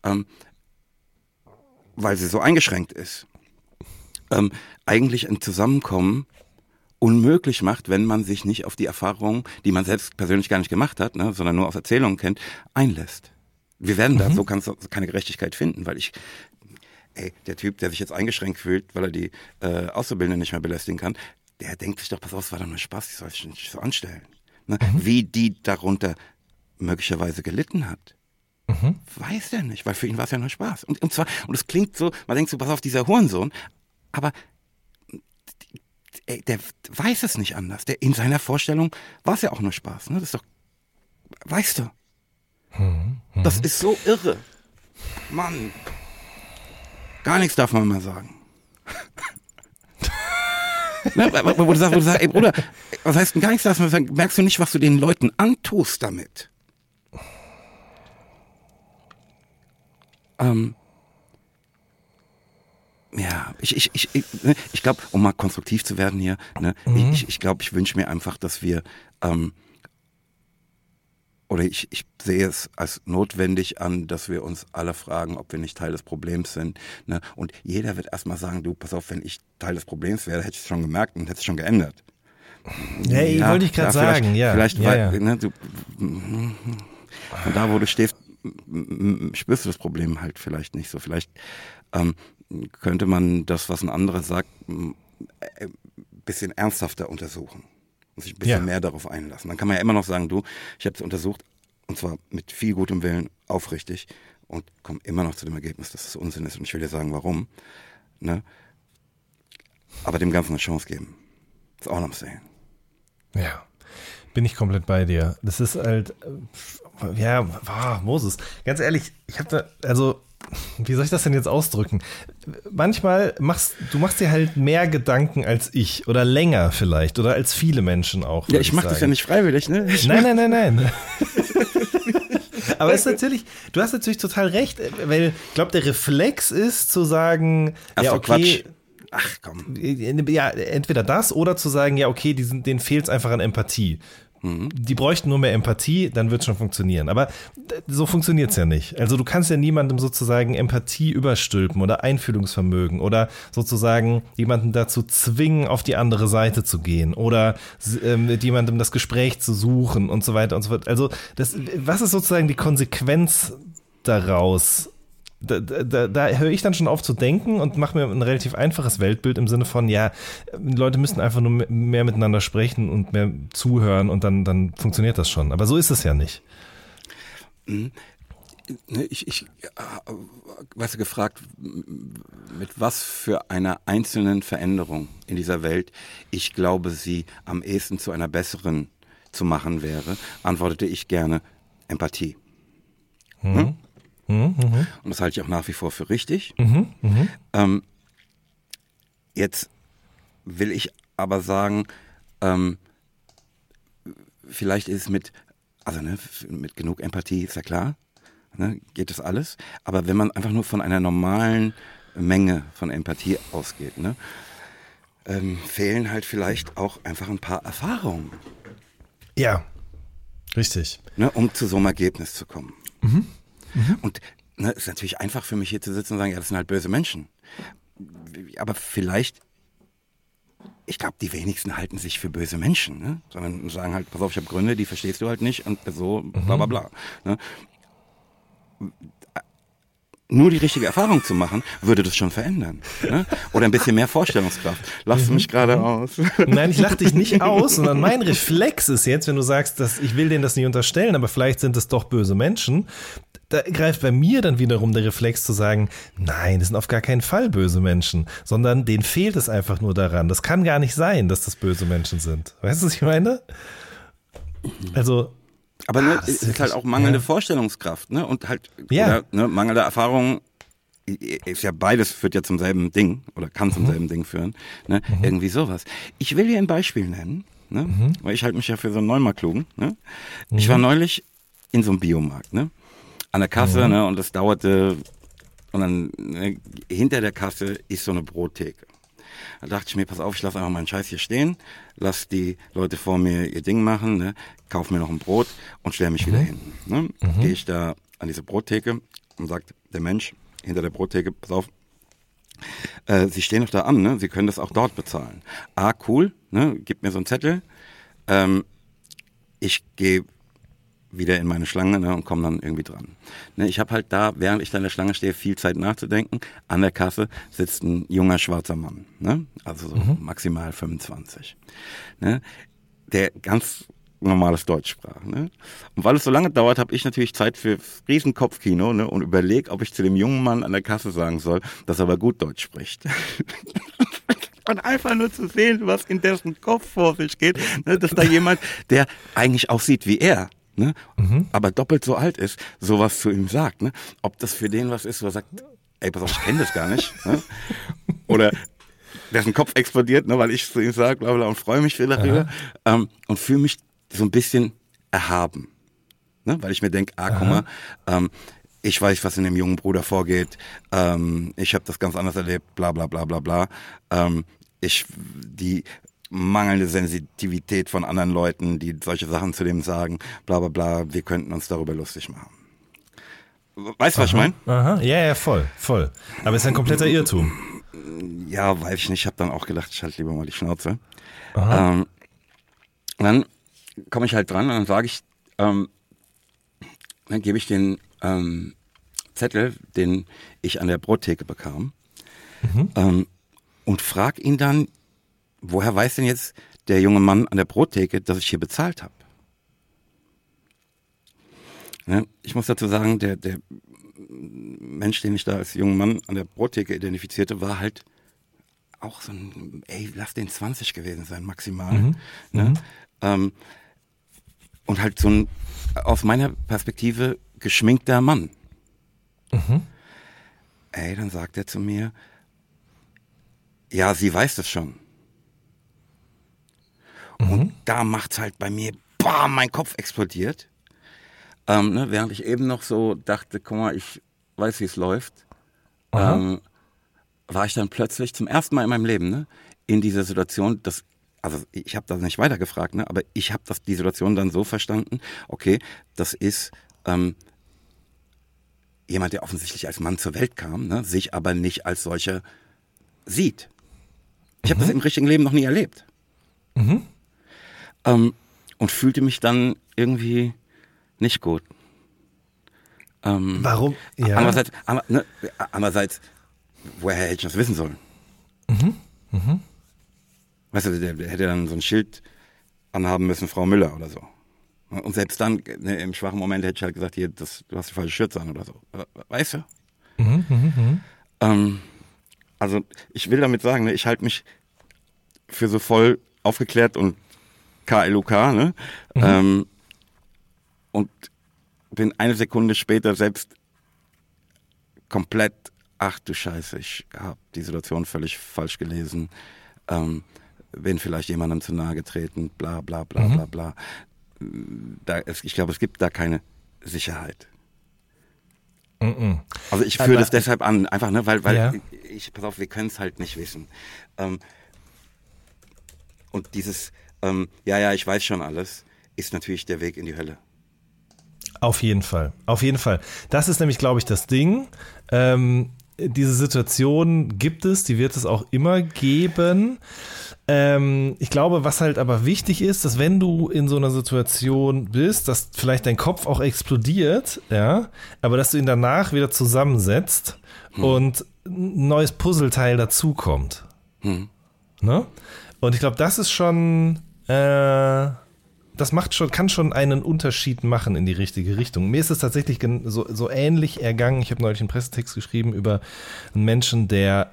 weil sie so eingeschränkt ist, eigentlich ein Zusammenkommen unmöglich macht, wenn man sich nicht auf die Erfahrungen, die man selbst persönlich gar nicht gemacht hat, ne, sondern nur aus Erzählungen kennt, einlässt. Wir werden da so keine Gerechtigkeit finden, weil der Typ, der sich jetzt eingeschränkt fühlt, weil er die Auszubildenden nicht mehr belästigen kann, der denkt sich doch, pass auf, es war doch nur Spaß, ich soll es nicht so anstellen. Ne? Wie die darunter möglicherweise gelitten hat, weiß er nicht, weil für ihn war es ja nur Spaß. Und es klingt so, man denkt so, pass auf, dieser Hurensohn, aber der weiß es nicht anders. In seiner Vorstellung war es ja auch nur Spaß. Ne? Das ist doch weißt du, das ist so irre. Mann, gar nichts darf man mal sagen. Ne, wo du sagst, ey Bruder, was heißt denn gar nichts darf man sagen? Merkst du nicht, was du den Leuten antust damit? Ja, ich glaube, um mal konstruktiv zu werden hier, ne, ich glaube, ich wünsche mir einfach, dass wir, oder ich sehe es als notwendig an, dass wir uns alle fragen, ob wir nicht Teil des Problems sind. Ne? Und jeder wird erstmal sagen, du, pass auf, wenn ich Teil des Problems wäre, hätte ich es schon gemerkt und hätte es schon geändert. Hey, wollte ich gerade sagen, ja. Vielleicht, ja. Ne, du, von da, wo du stehst, spürst du das Problem halt vielleicht nicht so. Vielleicht könnte man das, was ein anderer sagt, ein bisschen ernsthafter untersuchen und sich ein bisschen mehr darauf einlassen. Dann kann man ja immer noch sagen, du, ich habe es untersucht und zwar mit viel gutem Willen, aufrichtig und komme immer noch zu dem Ergebnis, dass es Unsinn ist und ich will dir sagen, warum. Ne? Aber dem Ganzen eine Chance geben. That's all I'm saying. Ja, bin ich komplett bei dir. Das ist halt, Moses, ganz ehrlich, ich habe da, also, wie soll ich das denn jetzt ausdrücken? Manchmal machst dir halt mehr Gedanken als ich oder länger vielleicht oder als viele Menschen auch. Ja, ich mache das ja nicht freiwillig, ne? Nein. Aber es ist natürlich, du hast natürlich total recht, weil ich glaube, der Reflex ist zu sagen, ach, ja, okay. Quatsch. Ach komm. Ja, entweder das oder zu sagen, ja, okay, denen fehlt es einfach an Empathie. Die bräuchten nur mehr Empathie, dann wird es schon funktionieren. Aber so funktioniert es ja nicht. Also du kannst ja niemandem sozusagen Empathie überstülpen oder Einfühlungsvermögen oder sozusagen jemanden dazu zwingen, auf die andere Seite zu gehen oder mit jemandem das Gespräch zu suchen und so weiter und so fort. Also was ist sozusagen die Konsequenz daraus? Da höre ich dann schon auf zu denken und mache mir ein relativ einfaches Weltbild im Sinne von, ja, Leute müssen einfach nur mehr miteinander sprechen und mehr zuhören und dann funktioniert das schon. Aber so ist es ja nicht. Ich weißt du, gefragt, mit was für einer einzelnen Veränderung in dieser Welt ich glaube, sie am ehesten zu einer besseren zu machen wäre, antwortete ich gerne Empathie. Und das halte ich auch nach wie vor für richtig. Jetzt will ich aber sagen, vielleicht ist es mit genug Empathie, ist ja klar, ne, geht das alles. Aber wenn man einfach nur von einer normalen Menge von Empathie ausgeht, ne, fehlen halt vielleicht auch einfach ein paar Erfahrungen. Ja, richtig. Ne, um zu so einem Ergebnis zu kommen. Und es ist natürlich einfach für mich hier zu sitzen und sagen, ja, das sind halt böse Menschen. Aber vielleicht, ich glaube, die wenigsten halten sich für böse Menschen, ne? Sondern sagen halt, pass auf, ich habe Gründe, die verstehst du halt nicht und so bla bla bla. Ne? Nur die richtige Erfahrung zu machen, würde das schon verändern. Ne? Oder ein bisschen mehr Vorstellungskraft. Lachst du mich gerade aus? Nein, ich lach dich nicht aus, sondern mein Reflex ist jetzt, wenn du sagst, dass ich will denen das nicht unterstellen, aber vielleicht sind es doch böse Menschen, da greift bei mir dann wiederum der Reflex zu sagen, nein, das sind auf gar keinen Fall böse Menschen, sondern denen fehlt es einfach nur daran. Das kann gar nicht sein, dass das böse Menschen sind. Weißt du, was ich meine? Also... Aber es ist halt auch mangelnde Vorstellungskraft, ne? Und halt oder, ne, mangelnde Erfahrung ist ja beides, führt ja zum selben Ding oder kann zum selben Ding führen, ne? Irgendwie sowas. Ich will dir ein Beispiel nennen, ne? Weil ich halte mich ja für so einen Neumarklugen, ne? Ich war neulich in so einem Biomarkt, ne? An der Kasse, ne? Und das dauerte und dann hinter der Kasse ist so eine Brottheke. Da dachte ich mir, pass auf, ich lasse einfach meinen Scheiß hier stehen, lass die Leute vor mir ihr Ding machen, ne, kauf mir noch ein Brot und stelle mich wieder hin. Ne. Gehe ich da an diese Brottheke und sagt der Mensch hinter der Brottheke, pass auf, Sie stehen doch da an, ne, Sie können das auch dort bezahlen. Ah, cool, ne, gib mir so einen Zettel, ich gehe wieder in meine Schlange, ne, und komme dann irgendwie dran. Ne, ich habe halt da, während ich da in der Schlange stehe, viel Zeit nachzudenken. An der Kasse sitzt ein junger schwarzer Mann, ne, also so maximal 25, ne, der ganz normales Deutsch sprach. Ne. Und weil es so lange dauert, habe ich natürlich Zeit für Riesenkopfkino, ne, und überlege, ob ich zu dem jungen Mann an der Kasse sagen soll, dass er aber gut Deutsch spricht. Und einfach nur zu sehen, was in dessen Kopf vor sich geht, ne, dass da jemand, der eigentlich aussieht wie er, ne? Aber doppelt so alt ist, sowas zu ihm sagt. Ne? Ob das für den was ist, wo er sagt, ey, pass auf, ich kenne das gar nicht. Ne? Oder dessen Kopf explodiert, ne, weil ich zu ihm sage, bla bla, und freue mich viel darüber und fühle mich so ein bisschen erhaben. Ne? Weil ich mir denke, guck mal, ich weiß, was in dem jungen Bruder vorgeht, ich habe das ganz anders erlebt, bla bla bla bla bla. Die mangelnde Sensitivität von anderen Leuten, die solche Sachen zu dem sagen, bla bla bla, wir könnten uns darüber lustig machen. Weißt du, was ich meine? Aha, ja, voll. Aber es ist ein kompletter Irrtum. Ja, weiß ich nicht, ich habe dann auch gedacht, ich halte lieber mal die Schnauze. Dann komme ich halt dran und dann sage ich, dann gebe ich den Zettel, den ich an der Brottheke bekam, und frage ihn dann, woher weiß denn jetzt der junge Mann an der Brottheke, dass ich hier bezahlt habe? Ne? Ich muss dazu sagen, der Mensch, den ich da als jungen Mann an der Brottheke identifizierte, war halt auch so ein, lass den 20 gewesen sein, maximal. Ne? Und halt so ein, aus meiner Perspektive, geschminkter Mann. Dann sagt er zu mir, ja, sie weiß das schon. Und da macht's halt bei mir, bam, mein Kopf explodiert. Während ich eben noch so dachte, guck mal, ich weiß, wie es läuft, war ich dann plötzlich zum ersten Mal in meinem Leben in dieser Situation, also ich habe das nicht weitergefragt, aber ich habe die Situation dann so verstanden, okay, das ist jemand, der offensichtlich als Mann zur Welt kam, sich aber nicht als solcher sieht. Ich habe das im richtigen Leben noch nie erlebt. Und fühlte mich dann irgendwie nicht gut. Warum? Ja. Andererseits, woher hätte ich das wissen sollen? Weißt du, der hätte dann so ein Schild anhaben müssen, Frau Müller oder so. Und selbst dann, im schwachen Moment, hätte ich halt gesagt, hier, du hast die falsche Schürze an oder so. Weißt du? Also, ich will damit sagen, ich halte mich für so voll aufgeklärt und KLUK, und bin eine Sekunde später selbst komplett, ach du Scheiße, ich habe die Situation völlig falsch gelesen, bin vielleicht jemandem zu nahe getreten, bla bla bla bla bla. Ich glaube, es gibt da keine Sicherheit. Also ich führe das deshalb an, einfach, weil pass auf, wir können es halt nicht wissen. Und dieses, ich weiß schon alles, ist natürlich der Weg in die Hölle. Auf jeden Fall. Das ist nämlich, glaube ich, das Ding. Diese Situation gibt es, die wird es auch immer geben. Ich glaube, was halt aber wichtig ist, dass wenn du in so einer Situation bist, dass vielleicht dein Kopf auch explodiert, ja, aber dass du ihn danach wieder zusammensetzt und ein neues Puzzleteil dazukommt. Ne? Und ich glaube, das ist schon, kann schon einen Unterschied machen in die richtige Richtung. Mir ist es tatsächlich so ähnlich ergangen. Ich habe neulich einen Pressetext geschrieben über einen Menschen, der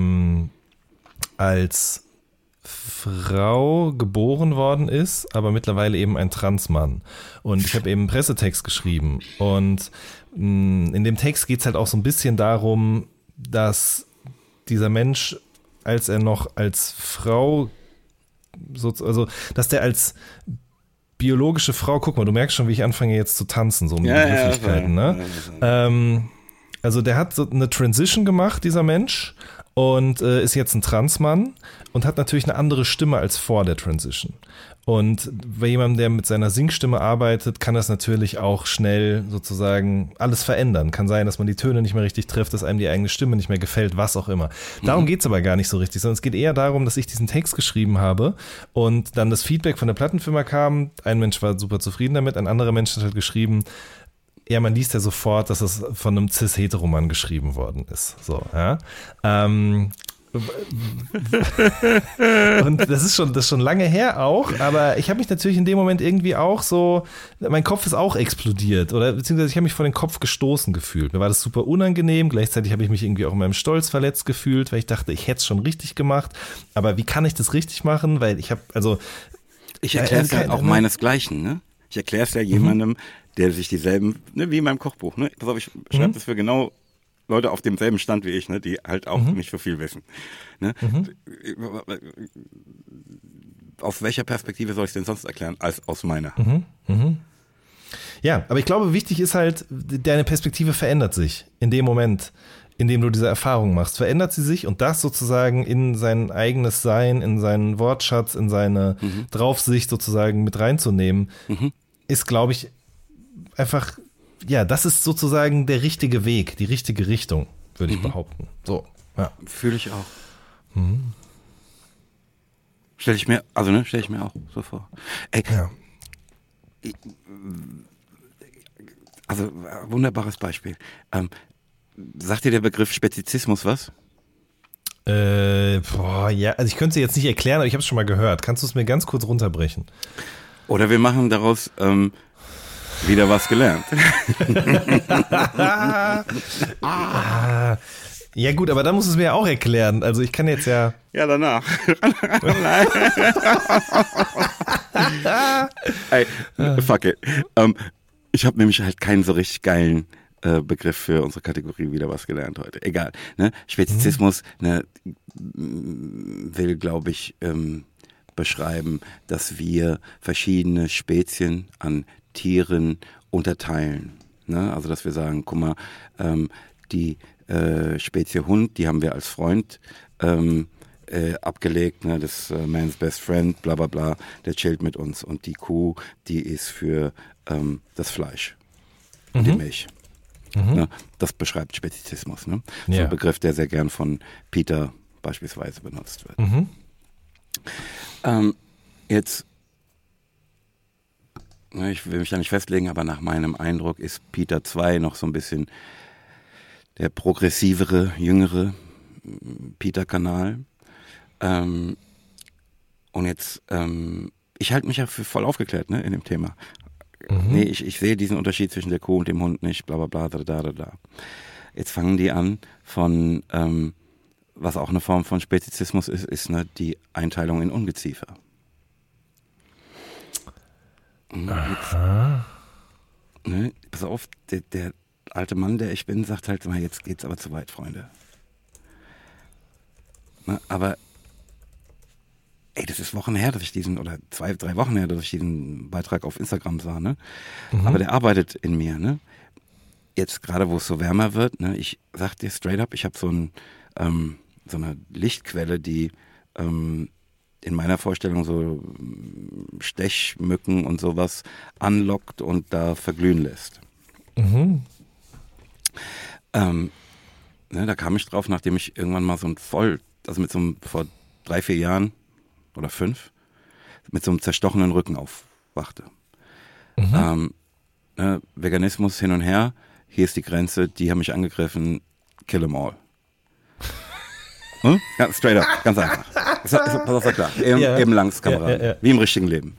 als Frau geboren worden ist, aber mittlerweile eben ein Transmann. Und ich habe eben einen Pressetext geschrieben. Und in dem Text geht es halt auch so ein bisschen darum, dass dieser Mensch, als er noch als Frau, dass der als biologische Frau, guck mal, du merkst schon, wie ich anfange jetzt zu tanzen, so mit Begrifflichkeiten, ne? Also der hat so eine Transition gemacht, dieser Mensch, und ist jetzt ein Transmann und hat natürlich eine andere Stimme als vor der Transition. Und bei jemandem, der mit seiner Singstimme arbeitet, kann das natürlich auch schnell sozusagen alles verändern. Kann sein, dass man die Töne nicht mehr richtig trifft, dass einem die eigene Stimme nicht mehr gefällt, was auch immer. Darum geht's aber gar nicht so richtig, sondern es geht eher darum, dass ich diesen Text geschrieben habe und dann das Feedback von der Plattenfirma kam. Ein Mensch war super zufrieden damit, ein anderer Mensch hat halt geschrieben, ja, man liest ja sofort, dass es von einem Cis-Heteromann geschrieben worden ist. So, ja. Und das ist schon lange her auch, aber ich habe mich natürlich in dem Moment irgendwie auch so, mein Kopf ist auch explodiert oder beziehungsweise ich habe mich vor den Kopf gestoßen gefühlt. Mir war das super unangenehm, gleichzeitig habe ich mich irgendwie auch in meinem Stolz verletzt gefühlt, weil ich dachte, ich hätte es schon richtig gemacht, aber wie kann ich das richtig machen, weil ich erkläre es halt auch meinesgleichen, ne? Ich erkläre es ja jemandem, der sich dieselben, ne, wie in meinem Kochbuch, ne? Pass auf, ich schreibe das für genau Leute auf demselben Stand wie ich, ne, die halt auch nicht so viel wissen. Ne? Aus welcher Perspektive soll ich es denn sonst erklären, als aus meiner? Ja, aber ich glaube, wichtig ist halt, deine Perspektive verändert sich in dem Moment, in dem du diese Erfahrung machst. Verändert sie sich und das sozusagen in sein eigenes Sein, in seinen Wortschatz, in seine Draufsicht sozusagen mit reinzunehmen, ist, glaube ich, einfach, ja, das ist sozusagen der richtige Weg, die richtige Richtung, würde ich behaupten. So, ja. Fühle ich auch. Stell ich mir auch so vor. Ey, Ja. Also, wunderbares Beispiel. Sagt dir der Begriff Spezizismus was? Ja, also ich könnte es jetzt nicht erklären, aber ich habe es schon mal gehört. Kannst du es mir ganz kurz runterbrechen? Oder wir machen daraus wieder was gelernt. Ja gut, aber dann musst du es mir ja auch erklären. Also ich kann jetzt ja... Ja, danach. Ey, fuck it. Ich habe nämlich halt keinen so richtig geilen Begriff für unsere Kategorie wieder was gelernt heute. Egal. Ne? Spezizismus will, glaube ich, beschreiben, dass wir verschiedene Spezien an Tieren unterteilen. Ne? Also dass wir sagen, guck mal, die Spezie Hund, die haben wir als Freund abgelegt, ne? Das Man's Best Friend, bla bla bla, der chillt mit uns. Und die Kuh, die ist für das Fleisch und die Milch. Ne? Das beschreibt Spezizismus. Ne? So Ja. ein Begriff, der sehr gern von Peter beispielsweise benutzt wird. Jetzt, ich will mich da nicht festlegen, aber nach meinem Eindruck ist Peter 2 noch so ein bisschen der progressivere, jüngere Peter-Kanal. Und jetzt, ich halte mich ja für voll aufgeklärt, ne, in dem Thema. Nee, ich sehe diesen Unterschied zwischen der Kuh und dem Hund nicht, bla bla bla, da. Jetzt fangen die an von, was auch eine Form von Spezizismus ist ne, die Einteilung in Ungeziefer. Jetzt, ne, pass auf, der alte Mann, der ich bin, sagt halt mal, jetzt geht's aber zu weit, Freunde. Ne, aber ey, das ist Wochen her, dass ich oder 2-3 Wochen her, dass ich diesen Beitrag auf Instagram sah, ne? Aber der arbeitet in mir, ne? Jetzt gerade, wo es so wärmer wird, ne? Ich sag dir straight up, ich habe so eine Lichtquelle, die in meiner Vorstellung so Stechmücken und sowas anlockt und da verglühen lässt. Ne, da kam ich drauf, nachdem ich irgendwann mal vor 3-4 Jahren oder 5, mit so einem zerstochenen Rücken aufwachte. Veganismus hin und her, hier ist die Grenze, die haben mich angegriffen, kill them all. Ja, straight up, ganz einfach. Pass auf, war klar. Eben langs Kameraden, wie im richtigen Leben.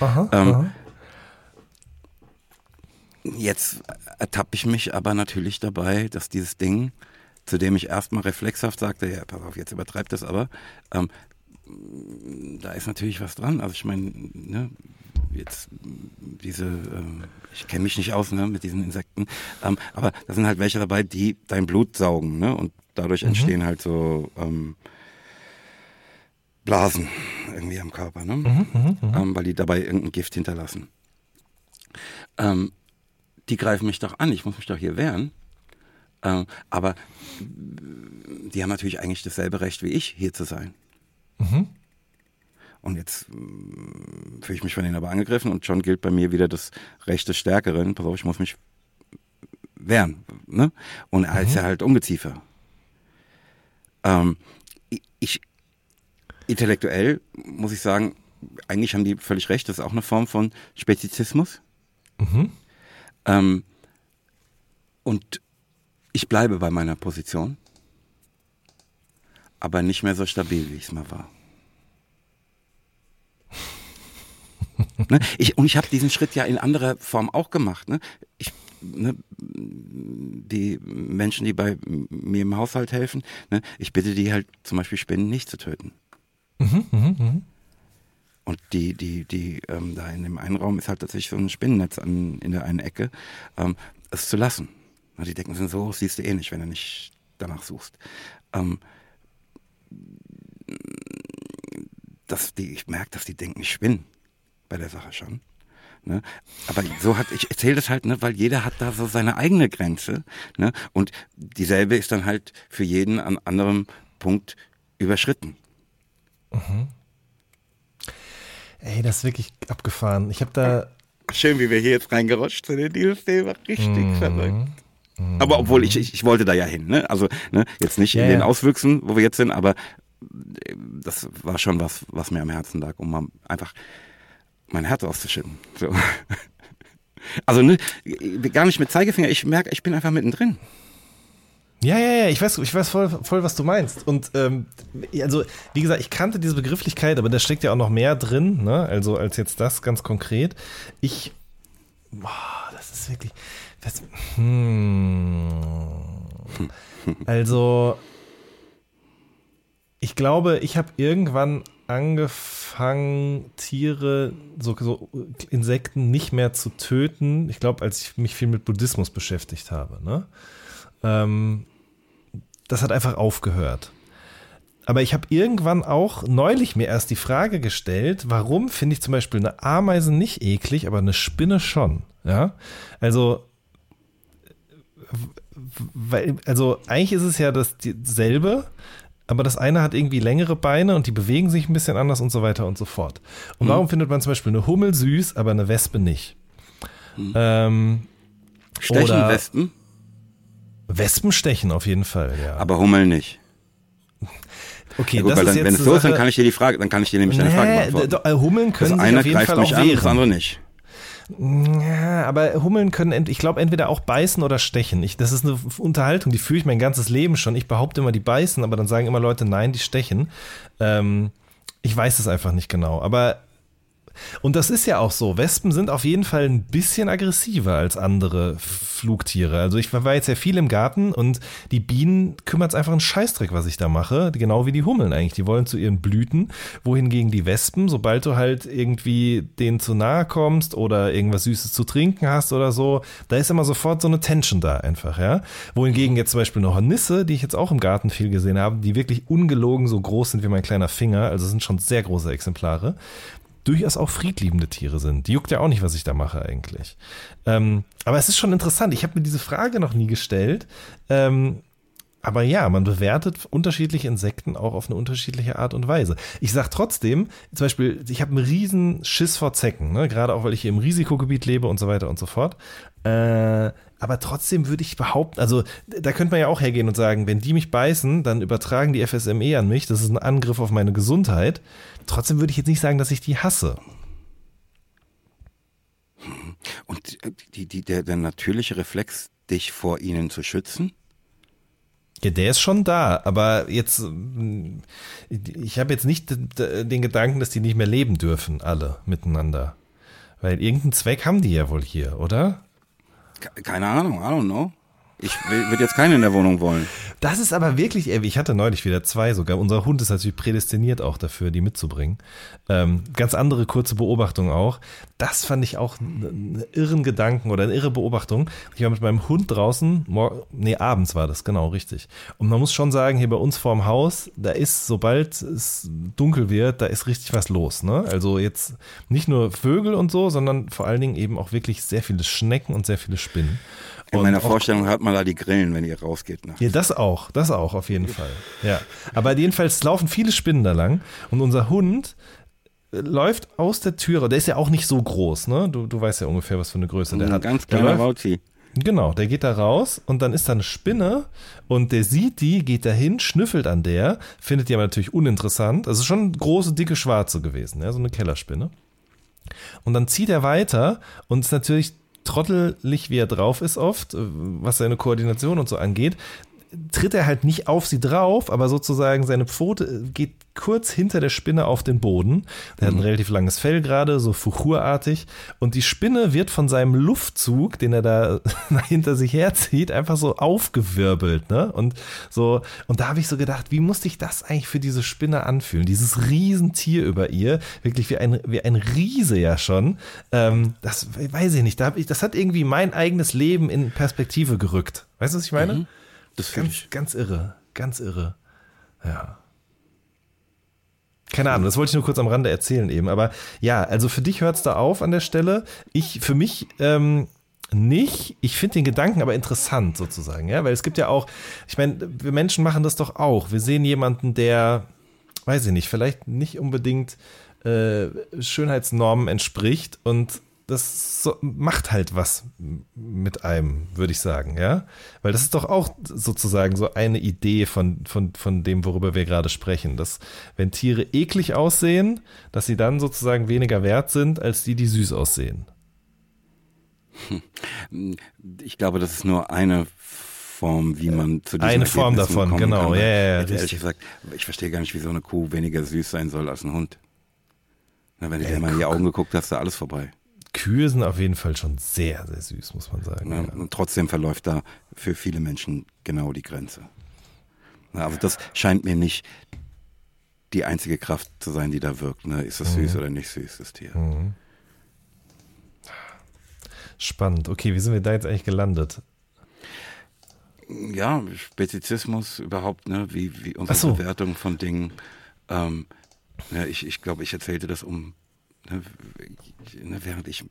Jetzt ertappe ich mich aber natürlich dabei, dass dieses Ding, zu dem ich erstmal reflexhaft sagte, ja, pass auf, jetzt übertreibt das aber, da ist natürlich was dran. Also ich meine, ne, jetzt ich kenne mich nicht aus, ne, mit diesen Insekten, aber da sind halt welche dabei, die dein Blut saugen, ne, und dadurch entstehen halt so Blasen irgendwie am Körper, ne, weil die dabei irgendein Gift hinterlassen. Die greifen mich doch an, ich muss mich doch hier wehren, aber die haben natürlich eigentlich dasselbe Recht wie ich, hier zu sein. Und jetzt fühle ich mich von denen aber angegriffen und schon gilt bei mir wieder das Recht des Stärkeren. Pass auf, ich muss mich wehren. Ne? Und er ist ja halt Ungeziefer. Intellektuell muss ich sagen, eigentlich haben die völlig recht, das ist auch eine Form von Spezizismus. Und ich bleibe bei meiner Position, aber nicht mehr so stabil, wie ich es mal war. Ne? Ich habe diesen Schritt ja in anderer Form auch gemacht. Ne? Die Menschen, die bei mir im Haushalt helfen, ne? Ich bitte die halt zum Beispiel Spinnen nicht zu töten. Und die da in dem einen Raum ist halt tatsächlich so ein Spinnennetz in der einen Ecke, es zu lassen. Die Decken sind so hoch, siehst du eh nicht, wenn du nicht danach suchst. Ich merke, dass die denken, ich spinne bei der Sache schon. Ne? Aber ich erzähle das halt, ne, weil jeder hat da so seine eigene Grenze. Ne? Und dieselbe ist dann halt für jeden an anderem Punkt überschritten. Mhm. Ey, das ist wirklich abgefahren. Ich habe da... Schön, wie wir hier jetzt reingerutscht sind in dieses Thema. Richtig verrückt. Aber obwohl ich wollte da ja hin. Ne? Also jetzt nicht in den Auswüchsen, wo wir jetzt sind, aber das war schon was mir am Herzen lag, um mal einfach mein Herz auszuschütten. So. Also gar nicht mit Zeigefinger, ich merke, ich bin einfach mittendrin. Ja, ich weiß voll, was du meinst. Und also, wie gesagt, ich kannte diese Begrifflichkeit, aber da steckt ja auch noch mehr drin, ne? Also als jetzt das ganz konkret. Das ist wirklich... Also, ich glaube, ich habe irgendwann angefangen, Tiere, so Insekten nicht mehr zu töten. Ich glaube, als ich mich viel mit Buddhismus beschäftigt habe. Ne? Das hat einfach aufgehört. Aber ich habe irgendwann auch neulich mir erst die Frage gestellt, warum finde ich zum Beispiel eine Ameise nicht eklig, aber eine Spinne schon. Ja, also eigentlich ist es ja dasselbe, aber das eine hat irgendwie längere Beine und die bewegen sich ein bisschen anders und so weiter und so fort. Und warum findet man zum Beispiel eine Hummel süß, aber eine Wespe nicht? Stechen Wespen? Wespen stechen auf jeden Fall, ja. Aber Hummeln nicht. Okay, ja gut, das ist dann, jetzt wenn es so ist, dann kann ich dir nämlich deine Frage beantworten. Hummeln können das sich auf jeden Fall auch wehren. Das andere nicht. Ja, aber Hummeln können, ich glaube, entweder auch beißen oder stechen. Das ist eine Unterhaltung, die führe ich mein ganzes Leben schon. Ich behaupte immer, die beißen, aber dann sagen immer Leute, nein, die stechen. Ich weiß es einfach nicht genau, aber und das ist ja auch so, Wespen sind auf jeden Fall ein bisschen aggressiver als andere Flugtiere. Also ich war jetzt ja viel im Garten und die Bienen kümmert es einfach einen Scheißdreck, was ich da mache, genau wie die Hummeln eigentlich. Die wollen zu ihren Blüten, wohingegen die Wespen, sobald du halt irgendwie denen zu nahe kommst oder irgendwas Süßes zu trinken hast oder so, da ist immer sofort so eine Tension da einfach, ja. Wohingegen jetzt zum Beispiel eine Hornisse, die ich jetzt auch im Garten viel gesehen habe, die wirklich ungelogen so groß sind wie mein kleiner Finger, also sind schon sehr große Exemplare, durchaus auch friedliebende Tiere sind. Die juckt ja auch nicht, was ich da mache eigentlich. Aber es ist schon interessant. Ich habe mir diese Frage noch nie gestellt. Aber ja, man bewertet unterschiedliche Insekten auch auf eine unterschiedliche Art und Weise. Ich sage trotzdem, zum Beispiel, ich habe einen riesen Schiss vor Zecken, ne? Gerade auch, weil ich hier im Risikogebiet lebe und so weiter und so fort. Aber trotzdem würde ich behaupten, also da könnte man ja auch hergehen und sagen, wenn die mich beißen, dann übertragen die FSME an mich. Das ist ein Angriff auf meine Gesundheit. Trotzdem würde ich jetzt nicht sagen, dass ich die hasse. Und der natürliche Reflex, dich vor ihnen zu schützen? Ja, der ist schon da, aber jetzt, ich habe jetzt nicht den Gedanken, dass die nicht mehr leben dürfen, alle miteinander. Weil irgendeinen Zweck haben die ja wohl hier, oder? Keine Ahnung, I don't know. Ich würde jetzt keinen in der Wohnung wollen. Das ist aber wirklich, ich hatte neulich wieder 2 sogar. Unser Hund ist natürlich prädestiniert auch dafür, die mitzubringen. Ganz andere kurze Beobachtung auch. Das fand ich auch einen irren Gedanken oder eine irre Beobachtung. Ich war mit meinem Hund draußen, abends war das, genau, richtig. Und man muss schon sagen, hier bei uns vorm Haus, da ist, sobald es dunkel wird, da ist richtig was los, ne? Also jetzt nicht nur Vögel und so, sondern vor allen Dingen eben auch wirklich sehr viele Schnecken und sehr viele Spinnen. In meiner Vorstellung hört man da die Grillen, wenn ihr rausgeht. Nachts. Ja, das auch auf jeden Fall. Ja. Aber jedenfalls laufen viele Spinnen da lang und unser Hund läuft aus der Tür, der ist ja auch nicht so groß, ne? Du weißt ja ungefähr, was für eine Größe der hat. Ganz kleiner Rauzi. Genau, der geht da raus und dann ist da eine Spinne und der sieht die, geht dahin, schnüffelt an der, findet die aber natürlich uninteressant. Also schon eine große, dicke Schwarze gewesen, ja, so eine Kellerspinne. Und dann zieht er weiter und ist natürlich trottelig, wie er drauf ist oft, was seine Koordination und so angeht, tritt er halt nicht auf sie drauf, aber sozusagen seine Pfote geht kurz hinter der Spinne auf den Boden. Der hat ein relativ langes Fell gerade, so Fuchurartig. Und die Spinne wird von seinem Luftzug, den er da hinter sich herzieht, einfach so aufgewirbelt. Ne? Und da habe ich so gedacht, wie muss sich das eigentlich für diese Spinne anfühlen? Dieses Riesentier über ihr, wirklich wie ein Riese ja schon. Das weiß ich nicht. Das hat irgendwie mein eigenes Leben in Perspektive gerückt. Weißt du, was ich meine? Mhm. Das finde ich. Ganz irre. Ganz irre. Ja. Keine Ahnung, das wollte ich nur kurz am Rande erzählen eben. Aber ja, also für dich hört es da auf an der Stelle. Für mich nicht. Ich finde den Gedanken aber interessant sozusagen. Ja, weil es gibt ja auch, ich meine, wir Menschen machen das doch auch. Wir sehen jemanden, der, weiß ich nicht, vielleicht nicht unbedingt Schönheitsnormen entspricht und das macht halt was mit einem, würde ich sagen, ja, weil das ist doch auch sozusagen so eine Idee von dem, worüber wir gerade sprechen, dass wenn Tiere eklig aussehen, dass sie dann sozusagen weniger wert sind, als die süß aussehen. Ich glaube, das ist nur eine Form, wie man zu diesem eine Form davon, kommen genau, kann. ja, Ehrlich gesagt, ich verstehe gar nicht, wie so eine Kuh weniger süß sein soll als ein Hund. Na, wenn du dir mal in die Augen geguckt hast, ist da alles vorbei. Kühe sind auf jeden Fall schon sehr, sehr süß, muss man sagen. Ja, und trotzdem verläuft da für viele Menschen genau die Grenze. Na, also das scheint mir nicht die einzige Kraft zu sein, die da wirkt. Ne? Ist das süß oder nicht süß, das Tier? Mhm. Spannend. Okay, wie sind wir da jetzt eigentlich gelandet? Ja, Spezizismus überhaupt, ne? wie unsere Bewertung von Dingen. Ja, ich glaube, ich erzählte das während ich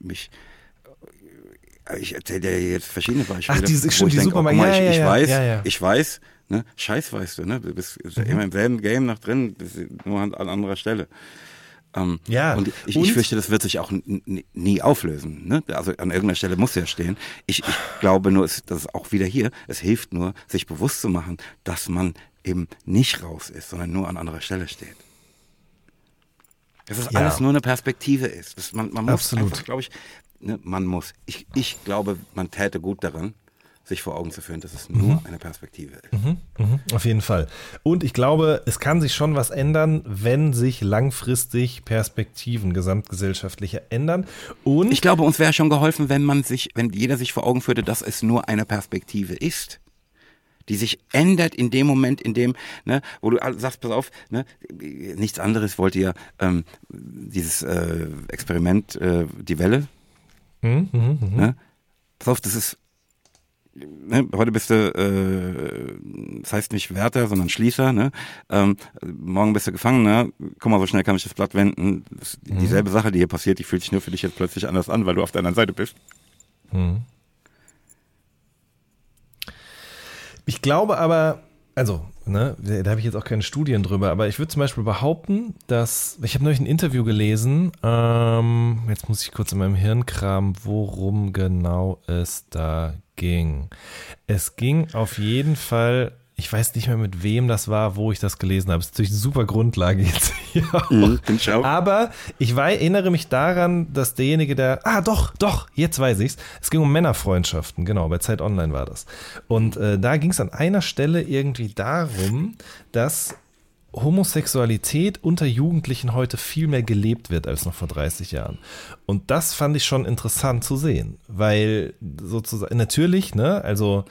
erzähle dir jetzt verschiedene Beispiele. Ach, die Supermarkt. Ich weiß, ne, Scheiß weißt du, ne, du bist immer im selben Game noch drin, nur an anderer Stelle. Und ich fürchte, das wird sich auch nie auflösen. Ne? Also an irgendeiner Stelle muss ja stehen. Ich glaube nur, das ist auch wieder hier, es hilft nur, sich bewusst zu machen, dass man eben nicht raus ist, sondern nur an anderer Stelle steht. Dass es alles nur eine Perspektive ist. Man muss absolut. Einfach, glaube ich, ne, ich glaube, man täte gut daran, sich vor Augen zu führen, dass es nur eine Perspektive ist. Auf jeden Fall. Und ich glaube, es kann sich schon was ändern, wenn sich langfristig Perspektiven gesamtgesellschaftlicher ändern. Und ich glaube, uns wäre schon geholfen, wenn jeder sich vor Augen führte, dass es nur eine Perspektive ist, die sich ändert in dem Moment, in dem, ne, wo du sagst, pass auf, ne, nichts anderes wollte ja dieses Experiment, die Welle. Ne? Pass auf, das ist, ne, heute bist du, das heißt nicht Wärter, sondern Schließer, ne? Morgen bist du Gefangener, guck mal, so schnell kann ich das Blatt wenden. Das ist dieselbe Sache, die hier passiert, die fühlt sich nur für dich jetzt plötzlich anders an, weil du auf der anderen Seite bist. Ich glaube aber, also, ne, da habe ich jetzt auch keine Studien drüber, aber ich würde zum Beispiel behaupten, dass, ich habe neulich ein Interview gelesen, jetzt muss ich kurz in meinem Hirn kramen, worum genau es da ging. Es ging auf jeden Fall, ich weiß nicht mehr mit wem das war, wo ich das gelesen habe. Das ist natürlich eine super Grundlage jetzt hier auch. Aber ich erinnere mich daran, dass derjenige, doch, jetzt weiß ich's. Es ging um Männerfreundschaften, genau, bei Zeit Online war das. Und da ging es an einer Stelle irgendwie darum, dass Homosexualität unter Jugendlichen heute viel mehr gelebt wird als noch vor 30 Jahren. Und das fand ich schon interessant zu sehen, weil sozusagen, natürlich, ne, also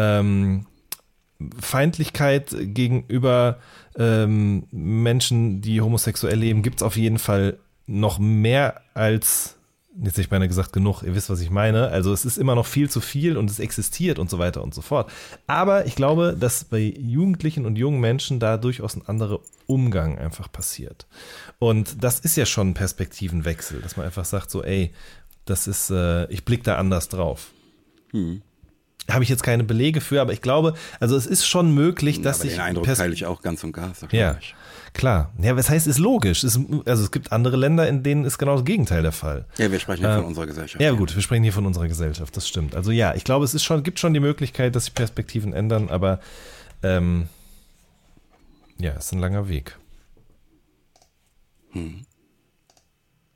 Feindlichkeit gegenüber Menschen, die homosexuell leben, gibt es auf jeden Fall noch mehr als, jetzt hätte ich beinahe gesagt, genug, ihr wisst, was ich meine. Also es ist immer noch viel zu viel und es existiert und so weiter und so fort. Aber ich glaube, dass bei Jugendlichen und jungen Menschen da durchaus ein anderer Umgang einfach passiert. Und das ist ja schon ein Perspektivenwechsel, dass man einfach sagt so, ey, das ist, ich blicke da anders drauf. Habe ich jetzt keine Belege für, aber ich glaube, also es ist schon möglich, dass aber sich... den Eindruck teile ich auch ganz und gar. Ja, klar. Ja, was heißt, ist logisch. Es gibt andere Länder, in denen ist genau das Gegenteil der Fall. Ja, wir sprechen ja von unserer Gesellschaft. Ja gut, wir sprechen hier von unserer Gesellschaft, das stimmt. Also ja, ich glaube, gibt schon die Möglichkeit, dass sich Perspektiven ändern, aber ja, es ist ein langer Weg.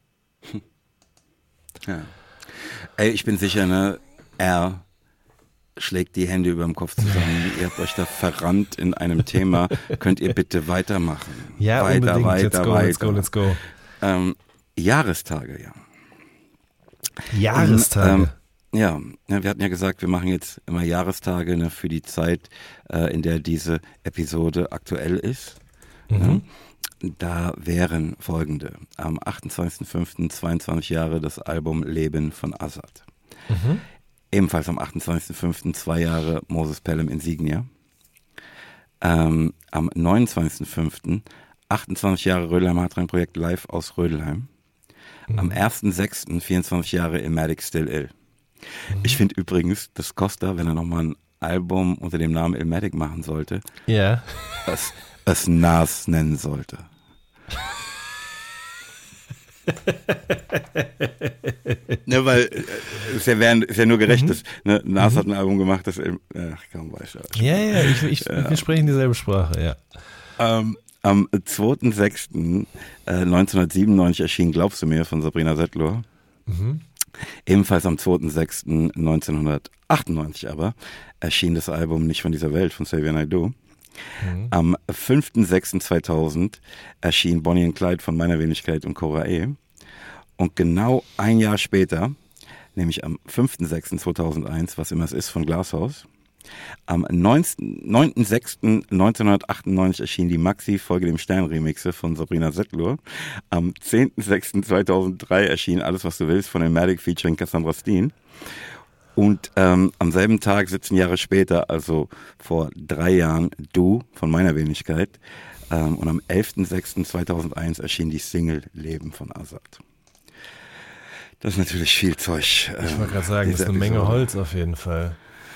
Ja. Ey, ich bin sicher, ne, schlägt die Hände über dem Kopf zusammen. Ihr habt euch da verrannt in einem Thema. Könnt ihr bitte weitermachen? Ja, weiter, unbedingt. weiter, Let's go. Jahrestage, ja. Jahrestage? Ja, wir hatten ja gesagt, wir machen jetzt immer Jahrestage, ne, für die Zeit, in der diese Episode aktuell ist. Ne? Da wären folgende. Am 28.05. 22 Jahre das Album Leben von Azad. Ebenfalls am 28.05. 2 Jahre Moses Pelham Insignia. Am 29.05. 28 Jahre Rödelheim Hartrein-Projekt live aus Rödelheim. Am 1.06. 24 Jahre Illmatic Still Ill. Ich finde übrigens, dass Costa, wenn er nochmal ein Album unter dem Namen Illmatic machen sollte, es Nas nennen sollte. Ne, weil es ist ja nur gerecht, dass Nas hat ein Album gemacht, das kaum weiß. Wir sprechen dieselbe Sprache, ja. Am 2.6.1997 erschien Glaubst du mir von Sabrina Setlur. Ebenfalls am 2.6.1998 aber erschien das Album Nicht von dieser Welt von Xavier Naidoo. Am 5.6.2000 erschien Bonnie and Clyde von Meiner Wenigkeit und Cora E. Und genau ein Jahr später, nämlich am 5.6.2001, was immer es ist, von Glasshaus, am 9.6.1998 erschien die Maxi Folge dem Stern-Remixe von Sabrina Setlur. Am 10.6.2003 erschien Alles, was du willst von Illmatic featuring Cassandra Steen. Und am selben Tag, 17 Jahre später, also vor 3 Jahren, Du von Meiner Wenigkeit. Und am 11.06.2001 erschien die Single Leben von Azad. Das ist natürlich viel Zeug. Ich wollte gerade sagen, das ist eine Menge Holz auf jeden Fall.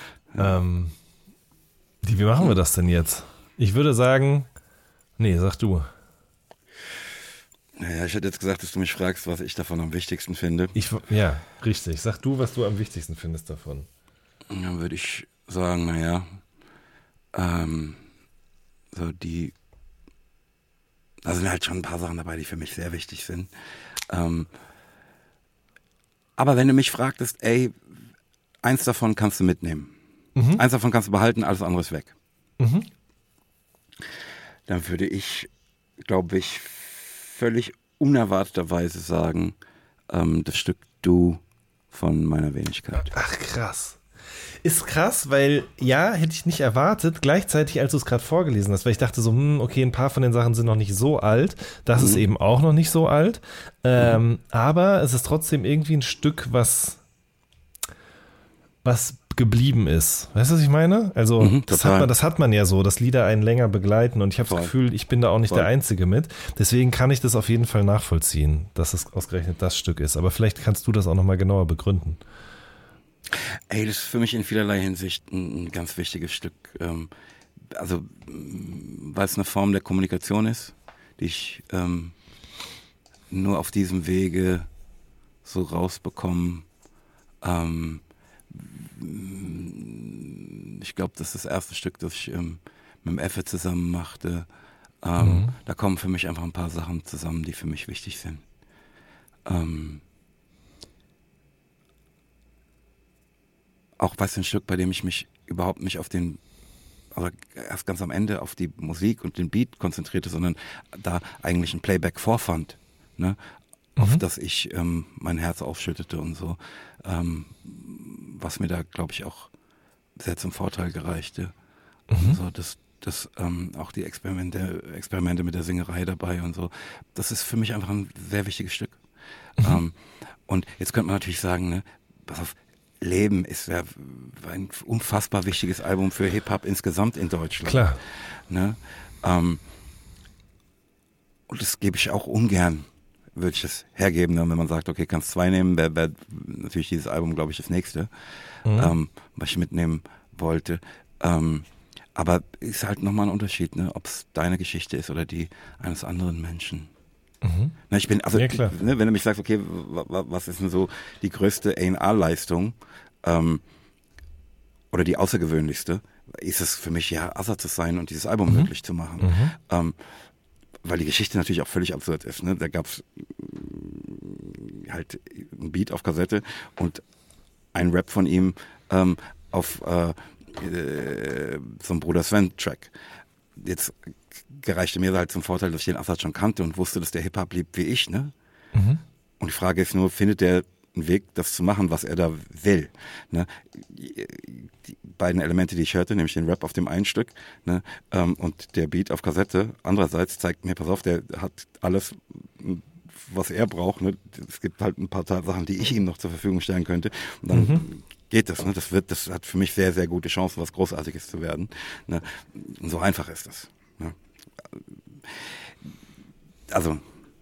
Wie machen wir das denn jetzt? Ich würde sagen, nee, sag du. Naja, ich hätte jetzt gesagt, dass du mich fragst, was ich davon am wichtigsten finde. Ja, richtig. Sag du, was du am wichtigsten findest davon. Dann würde ich sagen, da sind halt schon ein paar Sachen dabei, die für mich sehr wichtig sind. Aber wenn du mich fragtest, eins davon kannst du mitnehmen. Eins davon kannst du behalten, alles andere ist weg. Dann würde ich, glaube ich, völlig unerwarteterweise sagen, das Stück Du von Meiner Wenigkeit. Ach, krass. Ist krass, weil, hätte ich nicht erwartet, gleichzeitig, als du es gerade vorgelesen hast, weil ich dachte so, okay, ein paar von den Sachen sind noch nicht so alt, das ist eben auch noch nicht so alt, aber es ist trotzdem irgendwie ein Stück, was geblieben ist. Weißt du, was ich meine? Also das hat man ja so, dass Lieder einen länger begleiten und ich habe das Gefühl, ich bin da auch nicht der Einzige mit. Deswegen kann ich das auf jeden Fall nachvollziehen, dass es ausgerechnet das Stück ist. Aber vielleicht kannst du das auch nochmal genauer begründen. Das ist für mich in vielerlei Hinsicht ein ganz wichtiges Stück. Weil es eine Form der Kommunikation ist, die ich nur auf diesem Wege so rausbekomme. Ich glaube, das ist das erste Stück, das ich mit dem Effe zusammen machte. Da kommen für mich einfach ein paar Sachen zusammen, die für mich wichtig sind. Auch weißt du, ein Stück, bei dem ich mich überhaupt nicht erst ganz am Ende auf die Musik und den Beat konzentrierte, sondern da eigentlich ein Playback vorfand, ne? Auf das ich mein Herz aufschüttete und so. Was mir da, glaube ich, auch sehr zum Vorteil gereichte. So, das auch die Experimente mit der Singerei dabei und so. Das ist für mich einfach ein sehr wichtiges Stück. Und jetzt könnte man natürlich sagen, ne, pass auf, Leben ist ja ein unfassbar wichtiges Album für Hip-Hop insgesamt in Deutschland. Klar. Ne? Und das gebe ich auch ungern, würde ich das hergeben, wenn man sagt, okay, kannst 2 nehmen, wäre natürlich dieses Album, glaube ich, das nächste, was ich mitnehmen wollte. Aber ist halt nochmal ein Unterschied, ne? Ob es deine Geschichte ist oder die eines anderen Menschen. Na, ich bin, wenn du mich sagst, okay, was ist denn so die größte A&R-Leistung oder die außergewöhnlichste, ist es für mich Azad zu sein und dieses Album möglich zu machen. Weil die Geschichte natürlich auch völlig absurd ist. Ne? Da gab es halt ein Beat auf Kassette und ein Rap von ihm, auf so einem Bruder Sven-Track. Jetzt gereichte mir halt zum Vorteil, dass ich den Assad schon kannte und wusste, dass der Hip-Hop liebt wie ich, ne? Mhm. Und die Frage ist nur, findet der einen Weg, das zu machen, was er da will? Ne? Die beiden Elemente, die ich hörte, nämlich den Rap auf dem einen Stück, ne, und der Beat auf Kassette, andererseits zeigt mir, pass auf, der hat alles, was er braucht. Ne? Es gibt halt ein paar Sachen, die ich ihm noch zur Verfügung stellen könnte. Und dann geht das. Ne? Das hat für mich sehr, sehr gute Chancen, was Großartiges zu werden. Ne? Und so einfach ist das. Ne? Also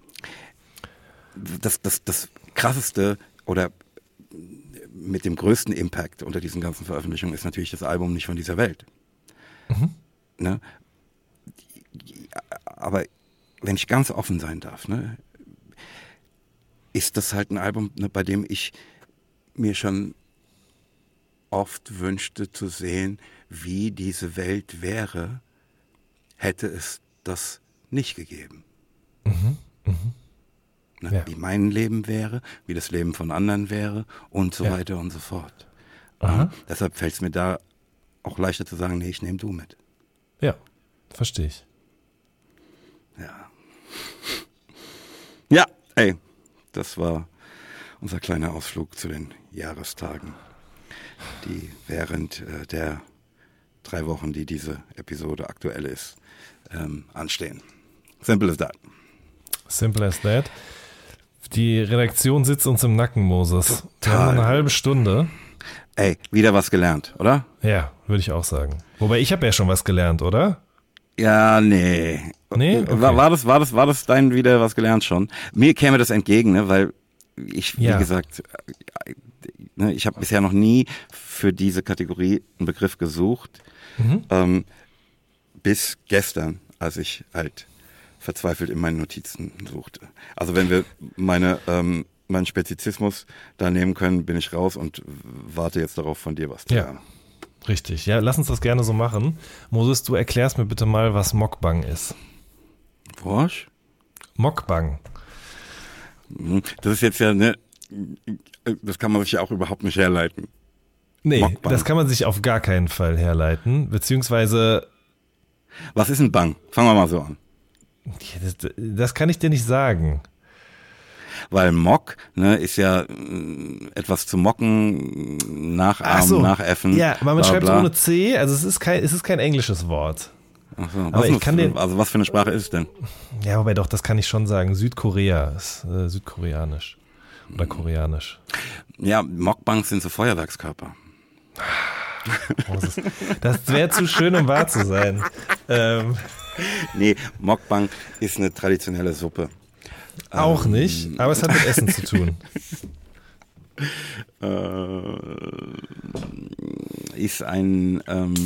das Krasseste oder mit dem größten Impact unter diesen ganzen Veröffentlichungen ist natürlich das Album Nicht von dieser Welt. Mhm. Ne? Aber wenn ich ganz offen sein darf, ne, ist das halt ein Album, ne, bei dem ich mir schon oft wünschte zu sehen, wie diese Welt wäre, hätte es das nicht gegeben. Mhm. Mhm. Ne, ja. Wie mein Leben wäre, wie das Leben von anderen wäre und so weiter und so fort. Deshalb fällt es mir da auch leichter zu sagen, nee, ich nehme du mit. Ja, verstehe ich. Ja. Ja, ey, das war unser kleiner Ausflug zu den Jahrestagen, die während der 3 Wochen, die diese Episode aktuell ist, anstehen. Simple as that. Simple as that. Die Redaktion sitzt uns im Nacken, Moses. Wir haben eine halbe Stunde. Ey, wieder was gelernt, oder? Ja, würde ich auch sagen. Wobei, ich habe ja schon was gelernt, oder? Ja, nee. Nee? Okay. War das dein wieder was gelernt schon? Mir käme das entgegen, ne, weil ich, wie gesagt, ne, ich habe bisher noch nie für diese Kategorie einen Begriff gesucht. Bis gestern, als ich halt verzweifelt in meinen Notizen suchte. Also wenn wir meinen Spezizismus da nehmen können, bin ich raus und warte jetzt darauf, von dir was zu hören. Richtig. Ja, lass uns das gerne so machen. Moses, du erklärst mir bitte mal, was Mukbang ist. Was? Mukbang. Das ist jetzt ja, ne, das kann man sich ja auch überhaupt nicht herleiten. Nee, Mukbang. Das kann man sich auf gar keinen Fall herleiten, beziehungsweise... Was ist ein Bang? Fangen wir mal so an. Das kann ich dir nicht sagen. Weil Mock, ne, ist ja etwas zu mocken, nachahmen, nachäffen. Ja, aber man schreibt es ohne C, also es ist kein englisches Wort. Ach so, was für eine Sprache ist es denn? Ja, wobei doch, das kann ich schon sagen. Südkorea ist südkoreanisch oder koreanisch. Ja, Mukbangs sind so Feuerwerkskörper. Das wäre zu schön, um wahr zu sein. Nee, Mukbang ist eine traditionelle Suppe. Auch nicht, aber es hat mit Essen zu tun. Ist ein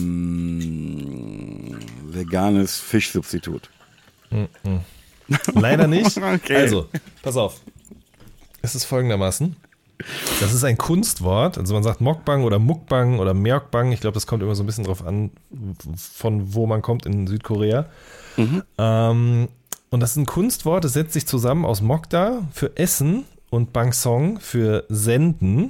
veganes Fischsubstitut. Leider nicht. Okay. Also, pass auf. Es ist folgendermaßen. Das ist ein Kunstwort. Also man sagt Mukbang oder Mukbang oder Myeokbang. Ich glaube, das kommt immer so ein bisschen drauf an, von wo man kommt in Südkorea. Und das ist ein Kunstwort, das setzt sich zusammen aus Mokda für Essen und Bangsong für Senden.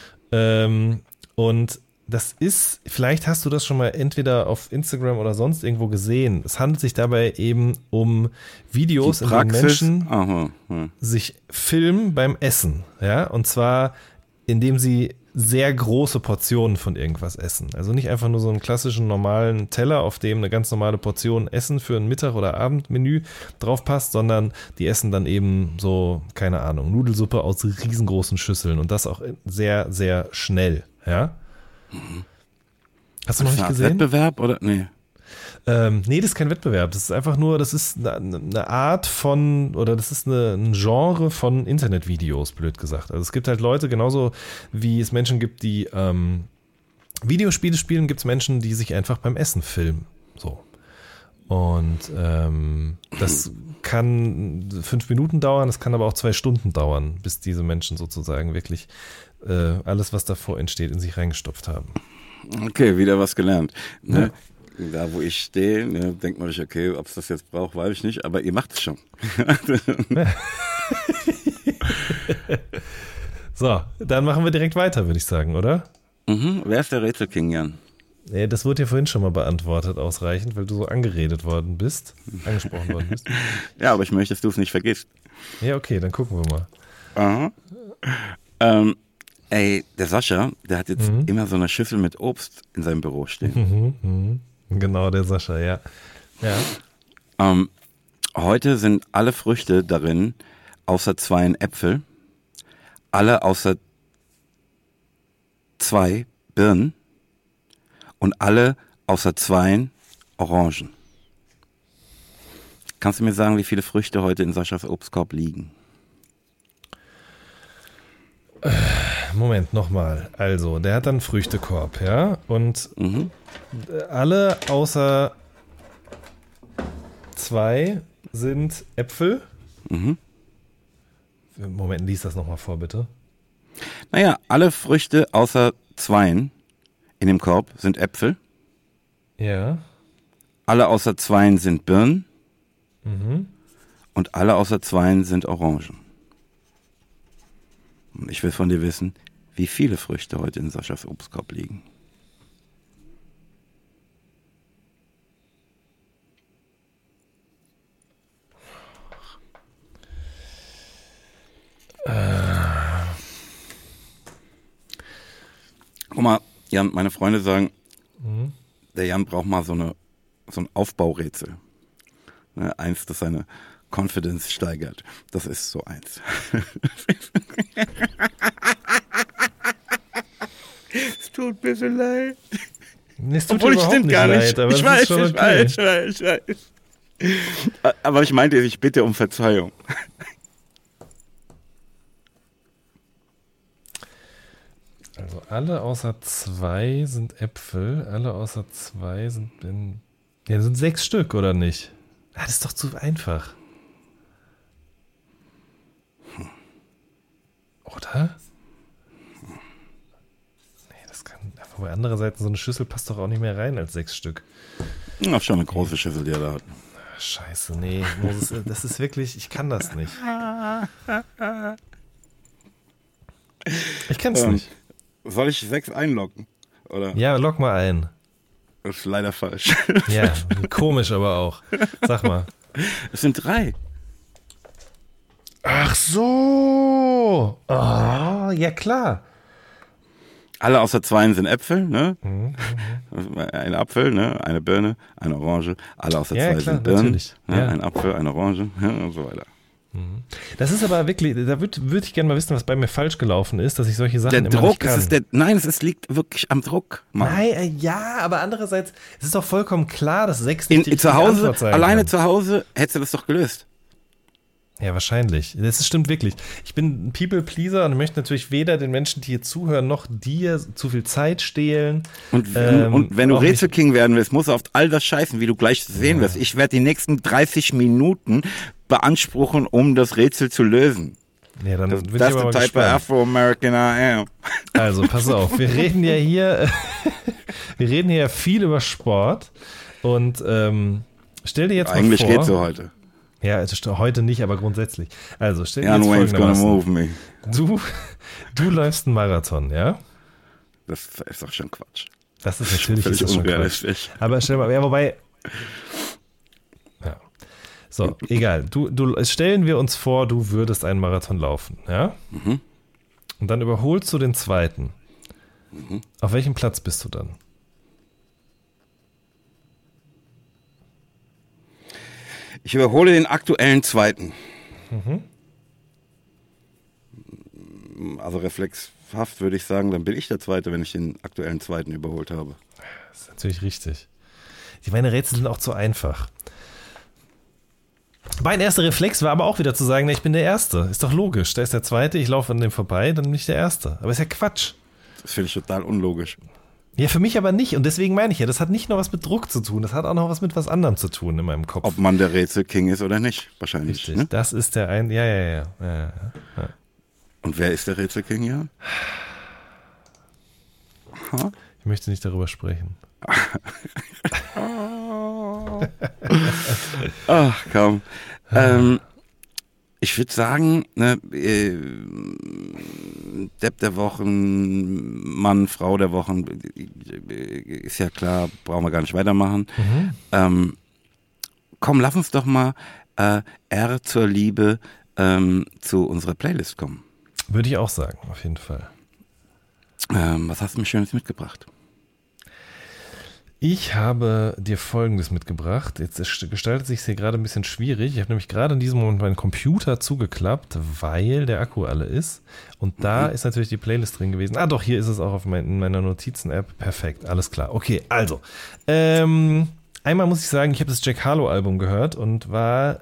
Und das ist, vielleicht hast du das schon mal entweder auf Instagram oder sonst irgendwo gesehen. Es handelt sich dabei eben um Videos, in denen Menschen sich filmen beim Essen. Ja? Und zwar, indem sie sehr große Portionen von irgendwas essen. Also nicht einfach nur so einen klassischen normalen Teller, auf dem eine ganz normale Portion Essen für ein Mittag- oder Abendmenü drauf passt, sondern die essen dann eben so, keine Ahnung, Nudelsuppe aus riesengroßen Schüsseln und das auch sehr, sehr schnell. Ja? Hast du noch nicht gesehen? Wettbewerb oder? Nee. Nee, das ist kein Wettbewerb. Das ist einfach nur, das ist eine Art von, oder das ist ein Genre von Internetvideos, blöd gesagt. Also es gibt halt Leute, genauso wie es Menschen gibt, die Videospiele spielen, gibt es Menschen, die sich einfach beim Essen filmen. So. Und das kann 5 Minuten dauern, das kann aber auch 2 Stunden dauern, bis diese Menschen sozusagen wirklich alles, was davor entsteht, in sich reingestopft haben. Okay, wieder was gelernt. Ne? Ja. Da, wo ich stehe, ne, denkt man sich, okay, ob es das jetzt braucht, weiß ich nicht, aber ihr macht es schon. So, dann machen wir direkt weiter, würde ich sagen, oder? Wer ist der Rätselking, Jan? Das wurde ja vorhin schon mal beantwortet, ausreichend, weil du so angesprochen worden bist. Ja, aber ich möchte, dass du es nicht vergisst. Ja, okay, dann gucken wir mal. Aha. Der Sascha, der hat jetzt immer so eine Schüssel mit Obst in seinem Büro stehen. Genau, der Sascha, ja. Heute sind alle Früchte darin, außer 2 Äpfel, alle außer 2 Birnen und alle außer 2 Orangen. Kannst du mir sagen, wie viele Früchte heute in Saschas Obstkorb liegen? Moment, nochmal. Also, der hat dann einen Früchtekorb, ja? Und alle außer 2 sind Äpfel. Moment, lies das nochmal vor, bitte. Naja, alle Früchte außer 2 in dem Korb sind Äpfel. Ja. Alle außer 2 sind Birnen. Und alle außer 2 sind Orangen. Und ich will von dir wissen, wie viele Früchte heute in Saschas Obstkorb liegen. Guck mal, Jan, meine Freunde sagen, der Jan braucht mal so ein Aufbaurätsel. Ne, eins, das seine Confidence steigert. Das ist so eins. Es tut mir so leid. Es tut obwohl, überhaupt nicht leid, aber ich weiß. Aber ich meinte, ich bitte um Verzeihung. Also alle außer 2 sind Äpfel, alle außer 2 sind Birnen. Ja, das sind 6 Stück, oder nicht? Das ist doch zu einfach. Oder? Nee, das kann. Wobei andererseits so eine Schüssel passt doch auch nicht mehr rein als 6 Stück. Na, schon eine große Schüssel, die er da hat. Scheiße, nee. Moses, das ist wirklich, ich kann das nicht. Ich kann es nicht. Soll ich 6 einloggen? Oder? Ja, log mal ein. Das ist leider falsch. Ja, komisch aber auch. Sag mal. Es sind 3. Ach so. Oh, ja klar. Alle außer 2 sind Äpfel, ne? Ein Apfel, ne? Eine Birne, eine Orange. Alle außer 2 sind Birnen. Ne? Ja. Ein Apfel, eine Orange, ja, und so weiter. Das ist aber wirklich, da würde ich gerne mal wissen, was bei mir falsch gelaufen ist, dass ich solche Sachen immer nicht kann. Es liegt wirklich am Druck. Mann. Nein, ja, aber andererseits, es ist doch vollkommen klar, dass 6 nicht die richtige Antwort sein alleine kann. Zu Hause hättest du das doch gelöst. Ja, wahrscheinlich. Das stimmt wirklich. Ich bin ein People-Pleaser und möchte natürlich weder den Menschen, die hier zuhören, noch dir zu viel Zeit stehlen. Und wenn du Rätselking werden willst, musst du auf all das scheißen, wie du gleich sehen wirst. Ich werde die nächsten 30 Minuten beanspruchen, um das Rätsel zu lösen. Ja, dann bin ich aber mal gespannt. Type of Afro-American I am. Also, pass auf. Wir reden ja hier viel über Sport und stell dir jetzt mal vor. Eigentlich geht's so heute. Ja, heute nicht, aber grundsätzlich. Also, stell dir jetzt folgendermaßen. Du läufst einen Marathon, ja? Das ist doch schon Quatsch. Das ist natürlich schon Quatsch. Aber stell mal, ja, wobei. Ja. So, egal. Stellen wir uns vor, du würdest einen Marathon laufen, ja? Und dann überholst du den zweiten. Auf welchem Platz bist du dann? Ich überhole den aktuellen zweiten. Also reflexhaft würde ich sagen, dann bin ich der Zweite, wenn ich den aktuellen zweiten überholt habe. Das ist natürlich richtig. Meine Rätsel sind auch zu einfach. Mein erster Reflex war aber auch wieder zu sagen, ich bin der Erste. Ist doch logisch. Da ist der Zweite, ich laufe an dem vorbei, dann bin ich der Erste. Aber ist ja Quatsch. Das finde ich total unlogisch. Ja, für mich aber nicht. Und deswegen meine ich ja, das hat nicht nur was mit Druck zu tun, das hat auch noch was mit was anderem zu tun in meinem Kopf. Ob man der Rätselking ist oder nicht, wahrscheinlich. Richtig, ne? Das ist der ein. Ja. Und wer ist der Rätselking, ja? Ich möchte nicht darüber sprechen. Ach, komm. Ich würde sagen, ne, Depp der Wochen, Mann, Frau der Wochen, ist ja klar, brauchen wir gar nicht weitermachen. Komm, lass uns doch mal R zur Liebe zu unserer Playlist kommen. Würde ich auch sagen, auf jeden Fall. Was hast du mir Schönes mitgebracht? Ich habe dir Folgendes mitgebracht. Jetzt gestaltet sich hier gerade ein bisschen schwierig. Ich habe nämlich gerade in diesem Moment meinen Computer zugeklappt, weil der Akku alle ist. Und da ist natürlich die Playlist drin gewesen. Ah doch, hier ist es auch in meiner Notizen-App. Perfekt, alles klar. Okay, also. Einmal muss ich sagen, ich habe das Jack Harlow-Album gehört und war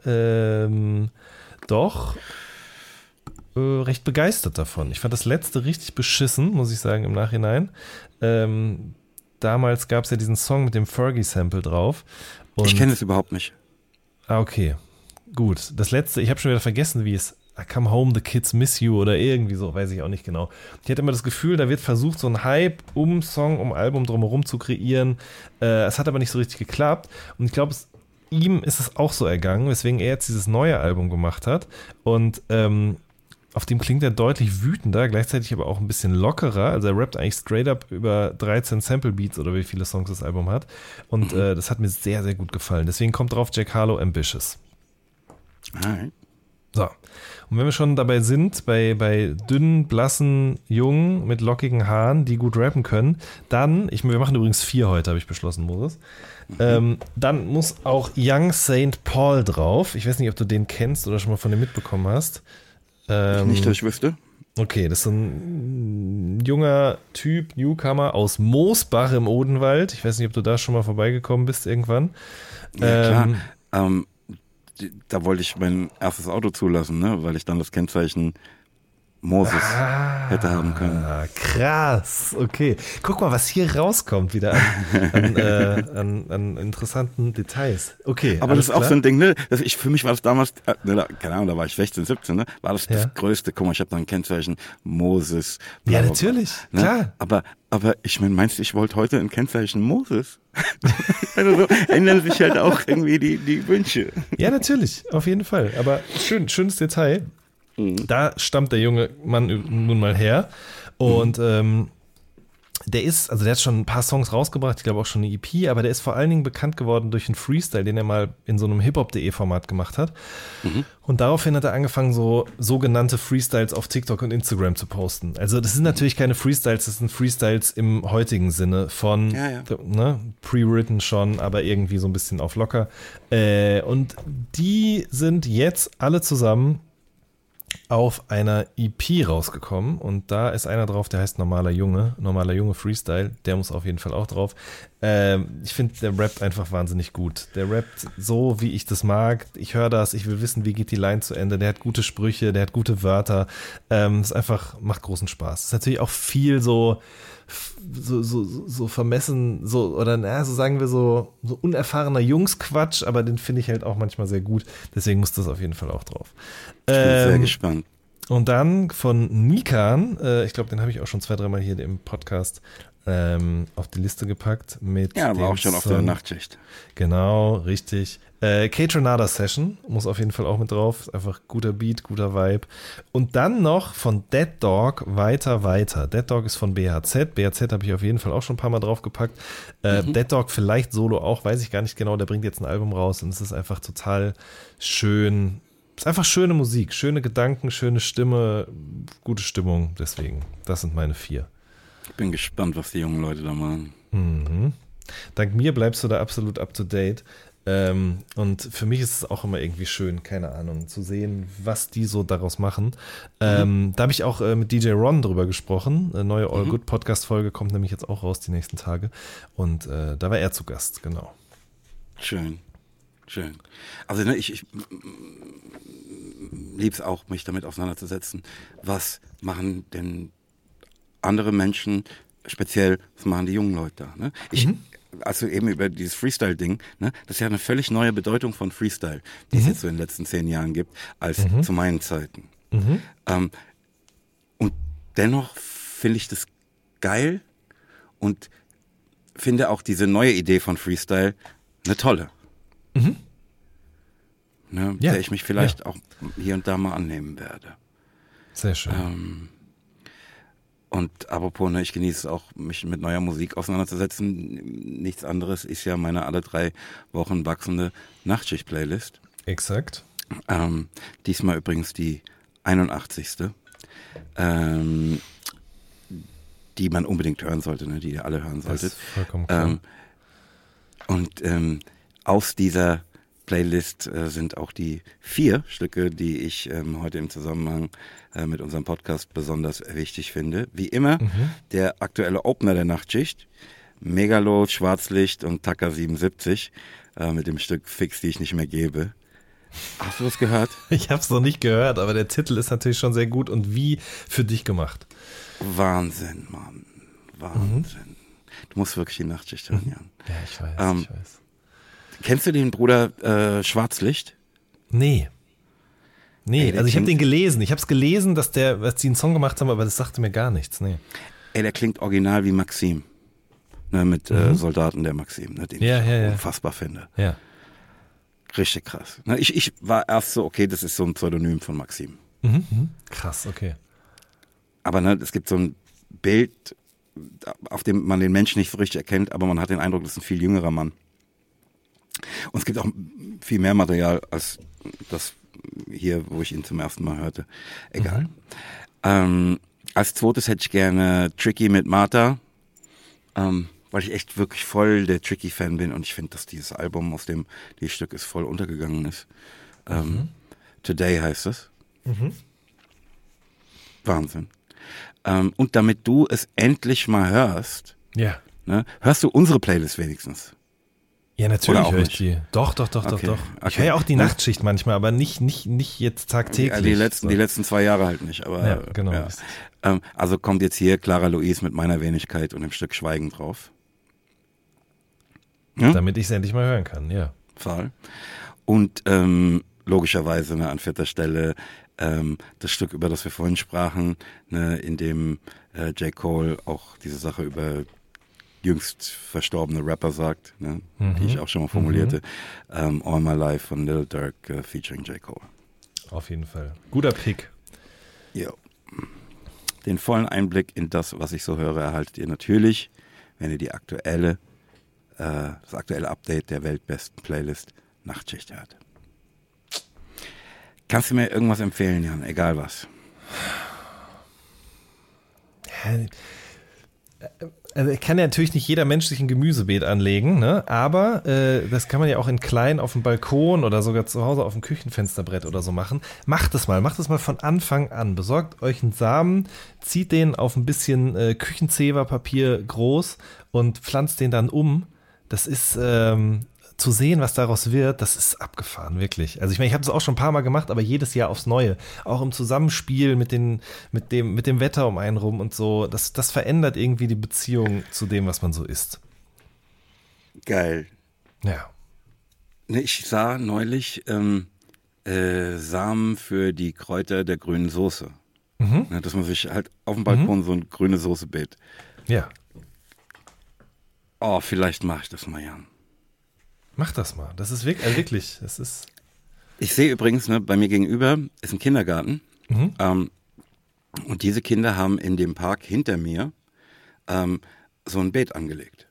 doch recht begeistert davon. Ich fand das letzte richtig beschissen, muss ich sagen, im Nachhinein. Damals gab es ja diesen Song mit dem Fergie-Sample drauf. Und ich kenne es überhaupt nicht. Ah, okay. Gut. Das letzte, ich habe schon wieder vergessen, wie es Come Home, the Kids Miss You oder irgendwie so, weiß ich auch nicht genau. Ich hatte immer das Gefühl, da wird versucht, so ein Hype um Song, um Album drumherum zu kreieren. Es hat aber nicht so richtig geklappt. Und ich glaube, ihm ist es auch so ergangen, weswegen er jetzt dieses neue Album gemacht hat. Und auf dem klingt er deutlich wütender, gleichzeitig aber auch ein bisschen lockerer. Also er rappt eigentlich straight up über 13 Sample Beats oder wie viele Songs das Album hat. Und das hat mir sehr, sehr gut gefallen. Deswegen kommt drauf Jack Harlow Ambitious. Alright. So, und wenn wir schon dabei sind, bei dünnen, blassen Jungen mit lockigen Haaren, die gut rappen können, dann, wir machen übrigens 4 heute, habe ich beschlossen, Moses, dann muss auch Young St. Paul drauf. Ich weiß nicht, ob du den kennst oder schon mal von dem mitbekommen hast. Nicht, dass ich wüsste. Okay, das ist so ein junger Typ, Newcomer aus Moosbach im Odenwald. Ich weiß nicht, ob du da schon mal vorbeigekommen bist irgendwann. Ja, klar. Da wollte ich mein erstes Auto zulassen, ne? Weil ich dann das Kennzeichen Moses hätte haben können. Krass, okay. Guck mal, was hier rauskommt wieder an interessanten Details. Okay, aber das ist auch so ein Ding, ne? Für mich war das damals, keine Ahnung, da war ich 16, 17, ne? War das Größte. Guck mal, ich habe da ein Kennzeichen Moses. Ja, natürlich, ne? klar. Aber ich meine, meinst du, ich wollte heute ein Kennzeichen Moses? Also so ändern sich halt auch irgendwie die Wünsche. Ja, natürlich, auf jeden Fall. Aber schönes Detail. Da stammt der junge Mann nun mal her. Und der hat schon ein paar Songs rausgebracht, ich glaube auch schon eine EP, aber der ist vor allen Dingen bekannt geworden durch einen Freestyle, den er mal in so einem Hip-Hop.de-Format gemacht hat. Und daraufhin hat er angefangen, so sogenannte Freestyles auf TikTok und Instagram zu posten. Also das sind natürlich keine Freestyles, das sind Freestyles im heutigen Sinne von ne, pre-written schon, aber irgendwie so ein bisschen auf locker. Und die sind jetzt alle zusammen auf einer EP rausgekommen und da ist einer drauf, der heißt Normaler Junge Freestyle, der muss auf jeden Fall auch drauf. Ich finde, der rappt einfach wahnsinnig gut. Der rappt so, wie ich das mag. Ich höre das, ich will wissen, wie geht die Line zu Ende. Der hat gute Sprüche, der hat gute Wörter. Es einfach macht großen Spaß. Es ist natürlich auch viel so vermessen, so sagen wir so unerfahrener Jungsquatsch, aber den finde ich halt auch manchmal sehr gut. Deswegen muss das auf jeden Fall auch drauf. Ich bin sehr gespannt. Und dann von Nikan, ich glaube, den habe ich auch schon 2-3 Mal hier im Podcast auf die Liste gepackt. Ja, war auch schon auf der Nachtschicht. Genau, richtig. K-Tronada Session muss auf jeden Fall auch mit drauf. Ist einfach guter Beat, guter Vibe. Und dann noch von Dead Dog Weiter. Dead Dog ist von BHZ. BHZ habe ich auf jeden Fall auch schon ein paar Mal draufgepackt. Dead Dog vielleicht solo auch, weiß ich gar nicht genau. Der bringt jetzt ein Album raus und es ist einfach total schön. Es ist einfach schöne Musik, schöne Gedanken, schöne Stimme, gute Stimmung. Deswegen, das sind meine 4. Ich bin gespannt, was die jungen Leute da machen. Dank mir bleibst du da absolut up to date. Und für mich ist es auch immer irgendwie schön, keine Ahnung, zu sehen, was die so daraus machen. Da habe ich auch mit DJ Ron drüber gesprochen. Eine neue All Good Podcast-Folge kommt nämlich jetzt auch raus die nächsten Tage. Und da war er zu Gast, genau. Schön. Also ne, ich liebe es auch, mich damit auseinanderzusetzen. Was machen denn andere Menschen, speziell, was machen die jungen Leute da? Ne? Also eben über dieses Freestyle-Ding, ne? Das ist ja eine völlig neue Bedeutung von Freestyle, die es jetzt so in den letzten 10 Jahren gibt, als zu meinen Zeiten. Und dennoch finde ich das geil und finde auch diese neue Idee von Freestyle eine tolle. Ne, der ich mich vielleicht auch hier und da mal annehmen werde. Sehr schön. Und apropos, ne, ich genieße es auch, mich mit neuer Musik auseinanderzusetzen. Nichts anderes ist ja meine alle 3 Wochen wachsende Nachtschicht-Playlist. Exakt. Diesmal übrigens die 81. Die man unbedingt hören sollte, ne, die ihr alle hören solltet. Das ist vollkommen klar. Und aus dieser Playlist sind auch die 4 Stücke, die ich heute im Zusammenhang mit unserem Podcast besonders wichtig finde. Wie immer, der aktuelle Opener der Nachtschicht, Megalo, Schwarzlicht und Taka 77 mit dem Stück Fix, die ich nicht mehr gebe. Hast du das gehört? Ich habe es noch nicht gehört, aber der Titel ist natürlich schon sehr gut und wie für dich gemacht. Wahnsinn, Mann. Wahnsinn. Du musst wirklich die Nachtschicht hören, Jan. Ja, ich weiß. Kennst du den Bruder Schwarzlicht? Nee. Ey, Also ich habe den gelesen. Ich habe es gelesen, dass die einen Song gemacht haben, aber das sagte mir gar nichts. Nee. Ey, der klingt original wie Maxim. Ne, mit Soldaten der Maxim, ne, den ich unfassbar finde. Ja. Richtig krass. Ne, ich war erst so, okay, das ist so ein Pseudonym von Maxim. Krass, okay. Aber ne, es gibt so ein Bild, auf dem man den Menschen nicht so richtig erkennt, aber man hat den Eindruck, das ist ein viel jüngerer Mann. Und es gibt auch viel mehr Material als das hier, wo ich ihn zum ersten Mal hörte. Egal. Als zweites hätte ich gerne Tricky mit Martha, weil ich echt wirklich voll der Tricky-Fan bin und ich finde, dass dieses Album, aus dem dieses Stück ist, voll untergegangen ist. Today heißt es. Wahnsinn. Und damit du es endlich mal hörst, ne, hörst du unsere Playlist wenigstens? Ja, natürlich höre ich die. Doch. Okay. Ich höre ja auch die Nachtschicht manchmal, aber nicht jetzt tagtäglich. Die letzten 2 Jahre halt nicht. Aber, ja, genau. Ja. Also kommt jetzt hier Clara Louise mit meiner Wenigkeit und dem Stück Schweigen drauf. Ja? Damit ich es endlich mal hören kann, ja. Voll. Und logischerweise an 4. Stelle das Stück, über das wir vorhin sprachen, ne, in dem J. Cole auch diese Sache über jüngst verstorbene Rapper sagt, ne, die ich auch schon mal formulierte. All My Life von Lil Durk featuring J. Cole. Auf jeden Fall. Guter Pick. Jo. Den vollen Einblick in das, was ich so höre, erhaltet ihr natürlich, wenn ihr das aktuelle Update der weltbesten Playlist Nachtschicht hört. Kannst du mir irgendwas empfehlen, Jan? Egal was. Also kann ja natürlich nicht jeder Mensch sich ein Gemüsebeet anlegen, ne? Aber das kann man ja auch in klein auf dem Balkon oder sogar zu Hause auf dem Küchenfensterbrett oder so machen. Macht es mal von Anfang an. Besorgt euch einen Samen, zieht den auf ein bisschen Küchenzeberpapier groß und pflanzt den dann um. Das ist zu sehen, was daraus wird, das ist abgefahren, wirklich. Also ich meine, ich habe das auch schon ein paar Mal gemacht, aber jedes Jahr aufs Neue. Auch im Zusammenspiel mit dem Wetter um einen rum und so. Das verändert irgendwie die Beziehung zu dem, was man so isst. Geil. Ja. Ich sah neulich Samen für die Kräuter der grünen Soße. Ja, dass man sich halt auf dem Balkon so ein grüne Soße-Beet. Ja. Oh, vielleicht mache ich das mal, Jan. Mach das mal. Das ist wirklich, das ist. Ich sehe übrigens, ne, bei mir gegenüber ist ein Kindergarten. Und diese Kinder haben in dem Park hinter mir so ein Beet angelegt.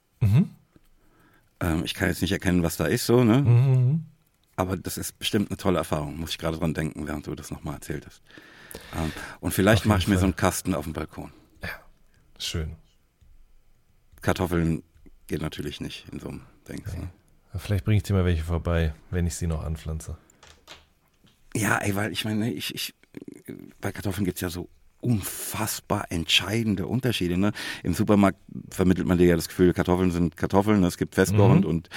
Ich kann jetzt nicht erkennen, was da ist, so, ne? Aber das ist bestimmt eine tolle Erfahrung. Muss ich gerade dran denken, während du das nochmal erzählt hast. Und vielleicht mache ich mir so einen Kasten auf dem Balkon. Ja, schön. Kartoffeln geht natürlich nicht in so einem Dings. Ja. Ne? Vielleicht bringe ich dir mal welche vorbei, wenn ich sie noch anpflanze. Ja, ey, weil ich meine, bei Kartoffeln gibt es ja so unfassbar entscheidende Unterschiede. Ne? Im Supermarkt vermittelt man dir ja das Gefühl, Kartoffeln sind Kartoffeln. Es gibt festkochend und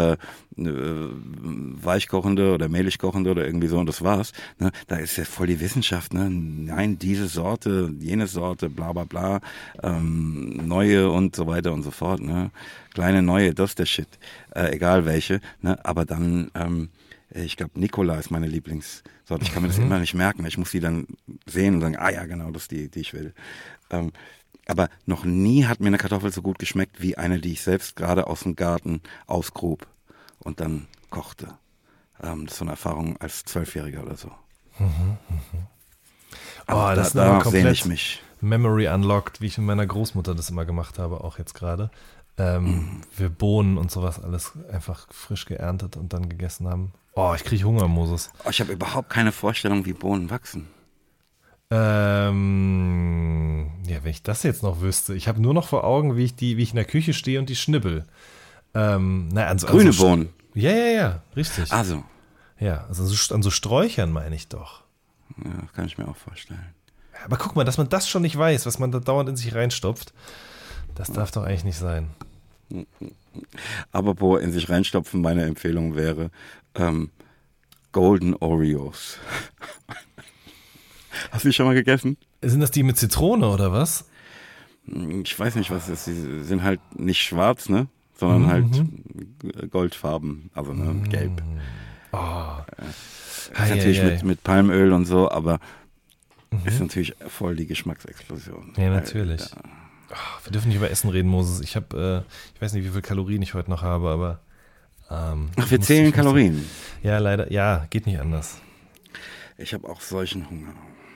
weichkochende oder mehlig kochende oder irgendwie so und das war's. Ne? Da ist ja voll die Wissenschaft. Ne? Nein, diese Sorte, jene Sorte, bla bla bla, neue und so weiter und so fort. Ne? Kleine neue, das ist der Shit. Egal welche. Ne? Aber dann ich glaube, Nicola ist meine Lieblingssorte. Ich kann mir das immer nicht merken. Ich muss die dann sehen und sagen, ah ja, genau, das ist die ich will. Aber noch nie hat mir eine Kartoffel so gut geschmeckt wie eine, die ich selbst gerade aus dem Garten ausgrub und dann kochte. Das ist so eine Erfahrung als 12-Jähriger oder so. Das ist darauf sehne ich mich. Memory unlocked, wie ich mit meiner Großmutter das immer gemacht habe, auch jetzt gerade. Wir Bohnen und sowas alles einfach frisch geerntet und dann gegessen haben. Oh, ich kriege Hunger, Moses. Oh, ich habe überhaupt keine Vorstellung, wie Bohnen wachsen. Ja, wenn ich das jetzt noch wüsste. Ich habe nur noch vor Augen, wie ich in der Küche stehe und die schnibbel. Grüne Bohnen. Ja, richtig. Also. Ja, also an so Sträuchern meine ich doch. Ja, das kann ich mir auch vorstellen. Aber guck mal, dass man das schon nicht weiß, was man da dauernd in sich reinstopft, das darf doch eigentlich nicht sein. Apropos in sich reinstopfen, meine Empfehlung wäre Golden Oreos. Hast du die schon mal gegessen? Sind das die mit Zitrone oder was? Ich weiß nicht, was das ist. Die sind halt nicht schwarz, ne? Sondern halt goldfarben, also gelb. Oh. Natürlich mit Palmöl und so, aber ist natürlich voll die Geschmacksexplosion. Ja, natürlich. Wir dürfen nicht über Essen reden, Moses. Ich weiß nicht, wie viel Kalorien ich heute noch habe, aber wir zählen Kalorien. Ja, leider. Ja, geht nicht anders. Ich habe auch solchen Hunger.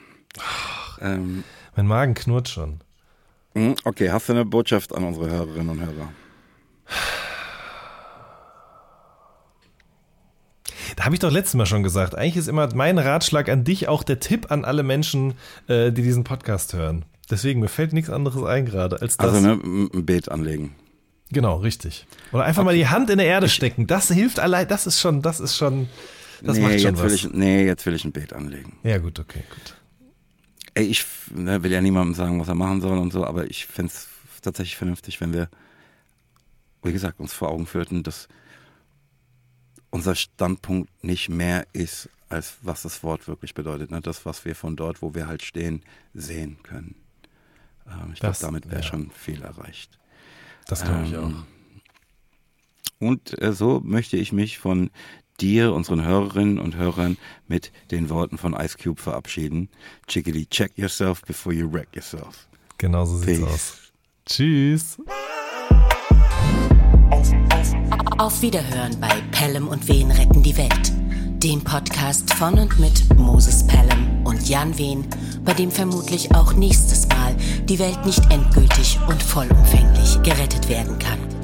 Mein Magen knurrt schon. Okay, hast du eine Botschaft an unsere Hörerinnen und Hörer? Da habe ich doch letztes Mal schon gesagt. Eigentlich ist immer mein Ratschlag an dich auch der Tipp an alle Menschen, die diesen Podcast hören. Deswegen, mir fällt nichts anderes ein gerade als das. Also ein Beet anlegen. Genau, richtig. Oder einfach mal die Hand in der Erde stecken. Das hilft allein, das macht schon was. Jetzt will ich ein Beet anlegen. Ja, gut, okay, gut. Ey, ich will ja niemandem sagen, was er machen soll und so, aber ich fände es tatsächlich vernünftig, wenn wir, wie gesagt, uns vor Augen führten, dass unser Standpunkt nicht mehr ist, als was das Wort wirklich bedeutet. Ne? Das, was wir von dort, wo wir halt stehen, sehen können. Ich glaube, damit wäre schon viel erreicht. Das glaube ich auch. Und so möchte ich mich von dir, unseren Hörerinnen und Hörern, mit den Worten von Ice Cube verabschieden. Chickadee, check yourself before you wreck yourself. Genau so sieht's aus. Tschüss. Auf Wiederhören bei Pelham und Wehn retten die Welt. Dem Podcast von und mit Moses Pelham und Jan Wehn, bei dem vermutlich auch nächstes Mal die Welt nicht endgültig und vollumfänglich gerettet werden kann.